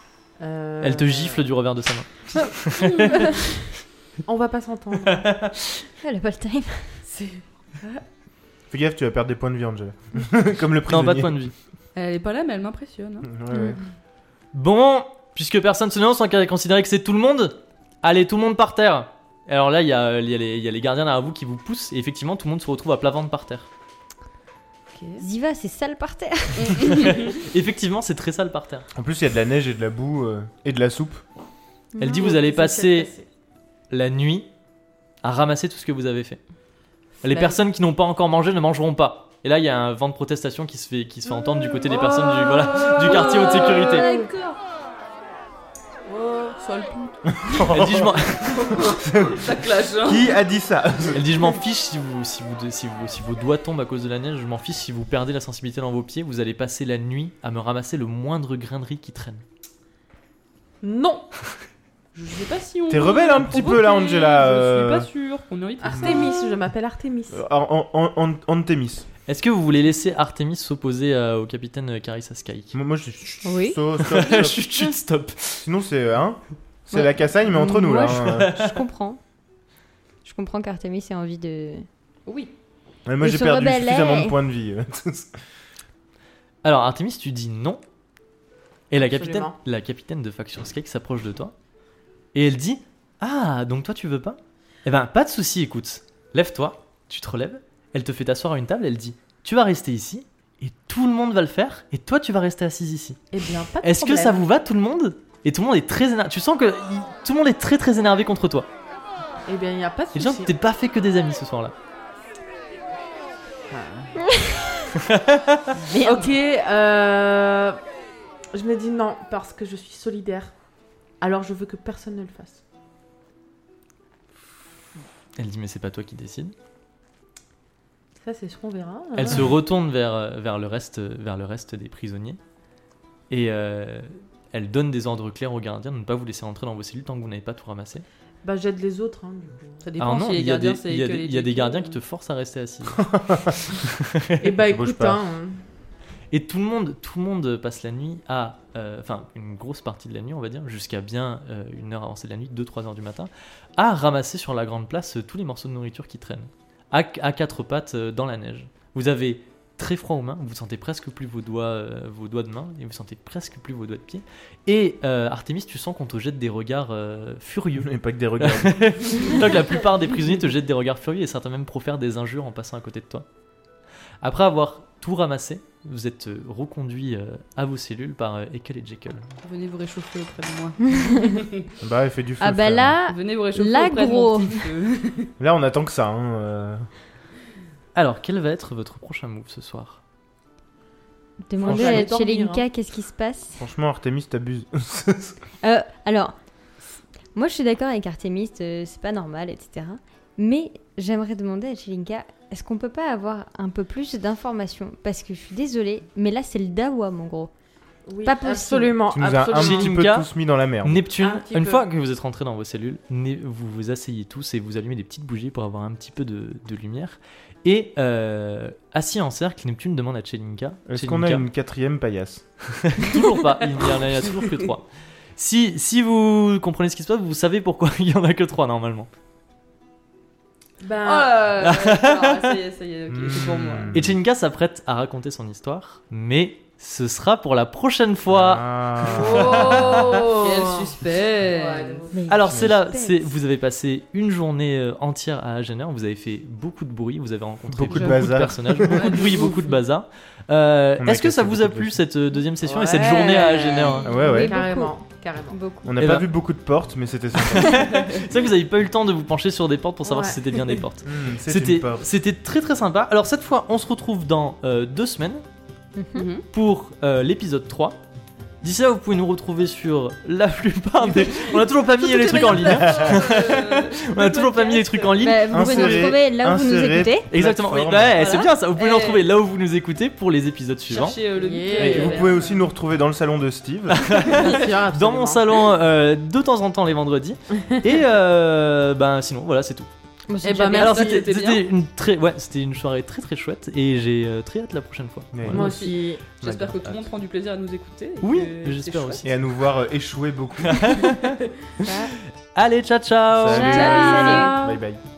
Elle te gifle du revers de sa main. On va pas s'entendre. Elle a pas le time. C'est... Fais gaffe, tu vas perdre des points de vie, Angela. Comme le prisonnier. Non, pas de point de vie. Elle est pas là, mais elle m'impressionne. Hein. Ouais. Bon, puisque personne se lance, on va considérer que c'est tout le monde. Allez, tout le monde par terre. Et alors là, il y a les gardiens derrière vous qui vous poussent, et effectivement, tout le monde se retrouve à plat ventre par terre. Ziva, c'est sale par terre. Effectivement, c'est très sale par terre. En plus, il y a de la neige et de la boue et de la soupe. Elle dit vous allez passer la nuit à ramasser tout ce que vous avez fait. Les personnes qui n'ont pas encore mangé ne mangeront pas. Et là, il y a un vent de protestation qui se fait entendre du côté des personnes du quartier haute sécurité. D'accord. Oh, sale pute. Elle dit je m'en... Ça clash, hein. Qui a dit ça? Elle dit je m'en fiche si vos doigts tombent à cause de la neige, je m'en fiche si vous perdez la sensibilité dans vos pieds, vous allez passer la nuit à me ramasser le moindre grain de riz qui traîne. Non. Je sais pas si on. T'es rebelle un petit peu, là, Angela, Je suis pas sûr qu'on ait envie de faire ça. Artemis, je m'appelle Artemis. Antémis. Est-ce que vous voulez laisser Artemis s'opposer au capitaine Carissa Sky? Moi, je... Oui. Stop. Chut, stop. Sinon, c'est... C'est la cassagne, mais entre nous, Moi, là. Je comprends. Je comprends qu'Artemis ait envie de... Oui. Ouais, moi, De j'ai se perdu rebeller. suffisamment de points de vie. Alors Artemis, tu dis non. Et la Absolument. capitaine de faction Sky s'approche de toi. Et elle dit ah, donc toi tu veux pas? Eh ben, pas de souci, écoute. Lève-toi, tu te relèves. Elle te fait t'asseoir à une table, elle dit tu vas rester ici. Et tout le monde va le faire. Et toi, tu vas rester assise ici. Eh bien, pas de Est-ce que problème. ça vous va, tout le monde? Et tout le monde est très énervé. Tu sens que tout le monde est très très énervé contre toi. Eh bien, il n'y a pas de Et genre, souci. t'es pas fait que des amis ce soir-là. Ok, je me dis non parce que je suis solidaire. Alors je veux que personne ne le fasse. Elle dit mais c'est pas toi qui décide. Ça, c'est ce qu'on verra. Elle se retourne vers le reste des prisonniers et elle donne des ordres clairs aux gardiens de ne pas vous laisser rentrer dans vos cellules tant que vous n'avez pas tout ramassé. Bah, j'aide les autres. Hein, du coup. Ça dépend Alors non, si les il y a gardiens, des, c'est il y a que des- les il y a des trucs, gardiens qui te forcent à rester assis. Et bah, Bouge écoute, pas. hein, Et tout le monde passe la nuit à, enfin une grosse partie de la nuit on va dire, jusqu'à bien une heure avancée de la nuit, 2-3 heures du matin, à ramasser sur la grande place tous les morceaux de nourriture qui traînent, à quatre pattes dans la neige. Vous avez très froid aux mains, vous sentez presque plus vos doigts de main, et vous sentez presque plus vos doigts de pied. Et Artemis, tu sens qu'on te jette des regards furieux. Mais pas que des regards. Donc la plupart des prisonniers te jettent des regards furieux et certains même profèrent des injures en passant à côté de toi. Après avoir tout ramassé, vous êtes reconduit à vos cellules par Ekel et Jekyll. Venez vous réchauffer auprès de moi. Bah, elle fait du feu. Ah bah frère. là, Venez vous réchauffer là, auprès gros. de mon petit feu. Là, on attend que ça. Hein. Alors, quel va être votre prochain move ce soir? demandez Franchement, à allez dormir, Chelinka qu'est-ce qui se passe. Franchement, Artemis, t'abuses. Alors, moi je suis d'accord avec Artemis, c'est pas normal, etc. Mais j'aimerais demander à Chelinka, est-ce qu'on peut pas avoir un peu plus d'informations? Parce que je suis désolée, mais là c'est le dawa, mon gros. oui, Pas possible. absolument. Tu nous as un absolument. petit peu Chelinka. tous mis dans la merde. Neptune, Un petit une peu. fois que vous êtes rentrés dans vos cellules, vous vous asseyez tous et vous allumez des petites bougies pour avoir un petit peu de lumière. Et assis en cercle, Neptune demande à Chelinka. Est-ce qu'on a une quatrième paillasse? Toujours pas, il y a toujours que 3. Si vous comprenez ce qui se passe, vous savez pourquoi il y en a que 3 normalement. Oh Ben, là là, ça y est, ok, c'est pour moi. Et Chelinka s'apprête à raconter son histoire, mais ce sera pour la prochaine fois. Ah. Oh, quel suspense. Mais Alors quel c'est là, suspense. vous avez passé une journée entière à Agener, vous avez fait beaucoup de bruit, vous avez rencontré Beaucoup de beaucoup bazar. personnages, beaucoup de bruit, beaucoup de bazar. Est-ce que ça vous a plu cette deuxième session et cette Ouais. journée à Agener? Ah ouais, ouais. Oui, carrément, carrément. beaucoup. On n'a Eh pas ben. vu beaucoup de portes, mais c'était sympa. C'est vrai que vous n'avez pas eu le temps de vous pencher sur des portes pour savoir Ouais. si c'était bien des portes. C'est une porte. C'était très très sympa. Alors cette fois, on se retrouve dans 2 semaines Mhm. pour l'épisode 3. D'ici là, vous pouvez nous retrouver sur la plupart des... On a toujours pas mis les trucs en ligne. On a toujours pas mis les trucs en ligne. Bah, vous pouvez nous Insérer, retrouver là où vous nous insérer. écoutez. Exactement, oui. Plateforme. Ouais, c'est bien ça. Vous pouvez nous Eh. retrouver là où vous nous écoutez pour les épisodes suivants. Cherchez le Yeah. Et vous pouvez aussi nous retrouver dans le salon de Steve. Bien sûr, Dans absolument. mon salon de temps en temps les vendredis. Et ben sinon, voilà, c'est tout. Moi, c'est Eh déjà ben, bien. Alors merci, c'était une soirée très très chouette et j'ai très hâte la prochaine fois. Ouais. Voilà. Moi aussi. J'espère que tout le monde prend du plaisir à nous écouter. et Oui, que c'est j'espère chouette. aussi. Et à nous voir échouer beaucoup. Allez, ciao ciao. Salut. Ciao. Bye bye.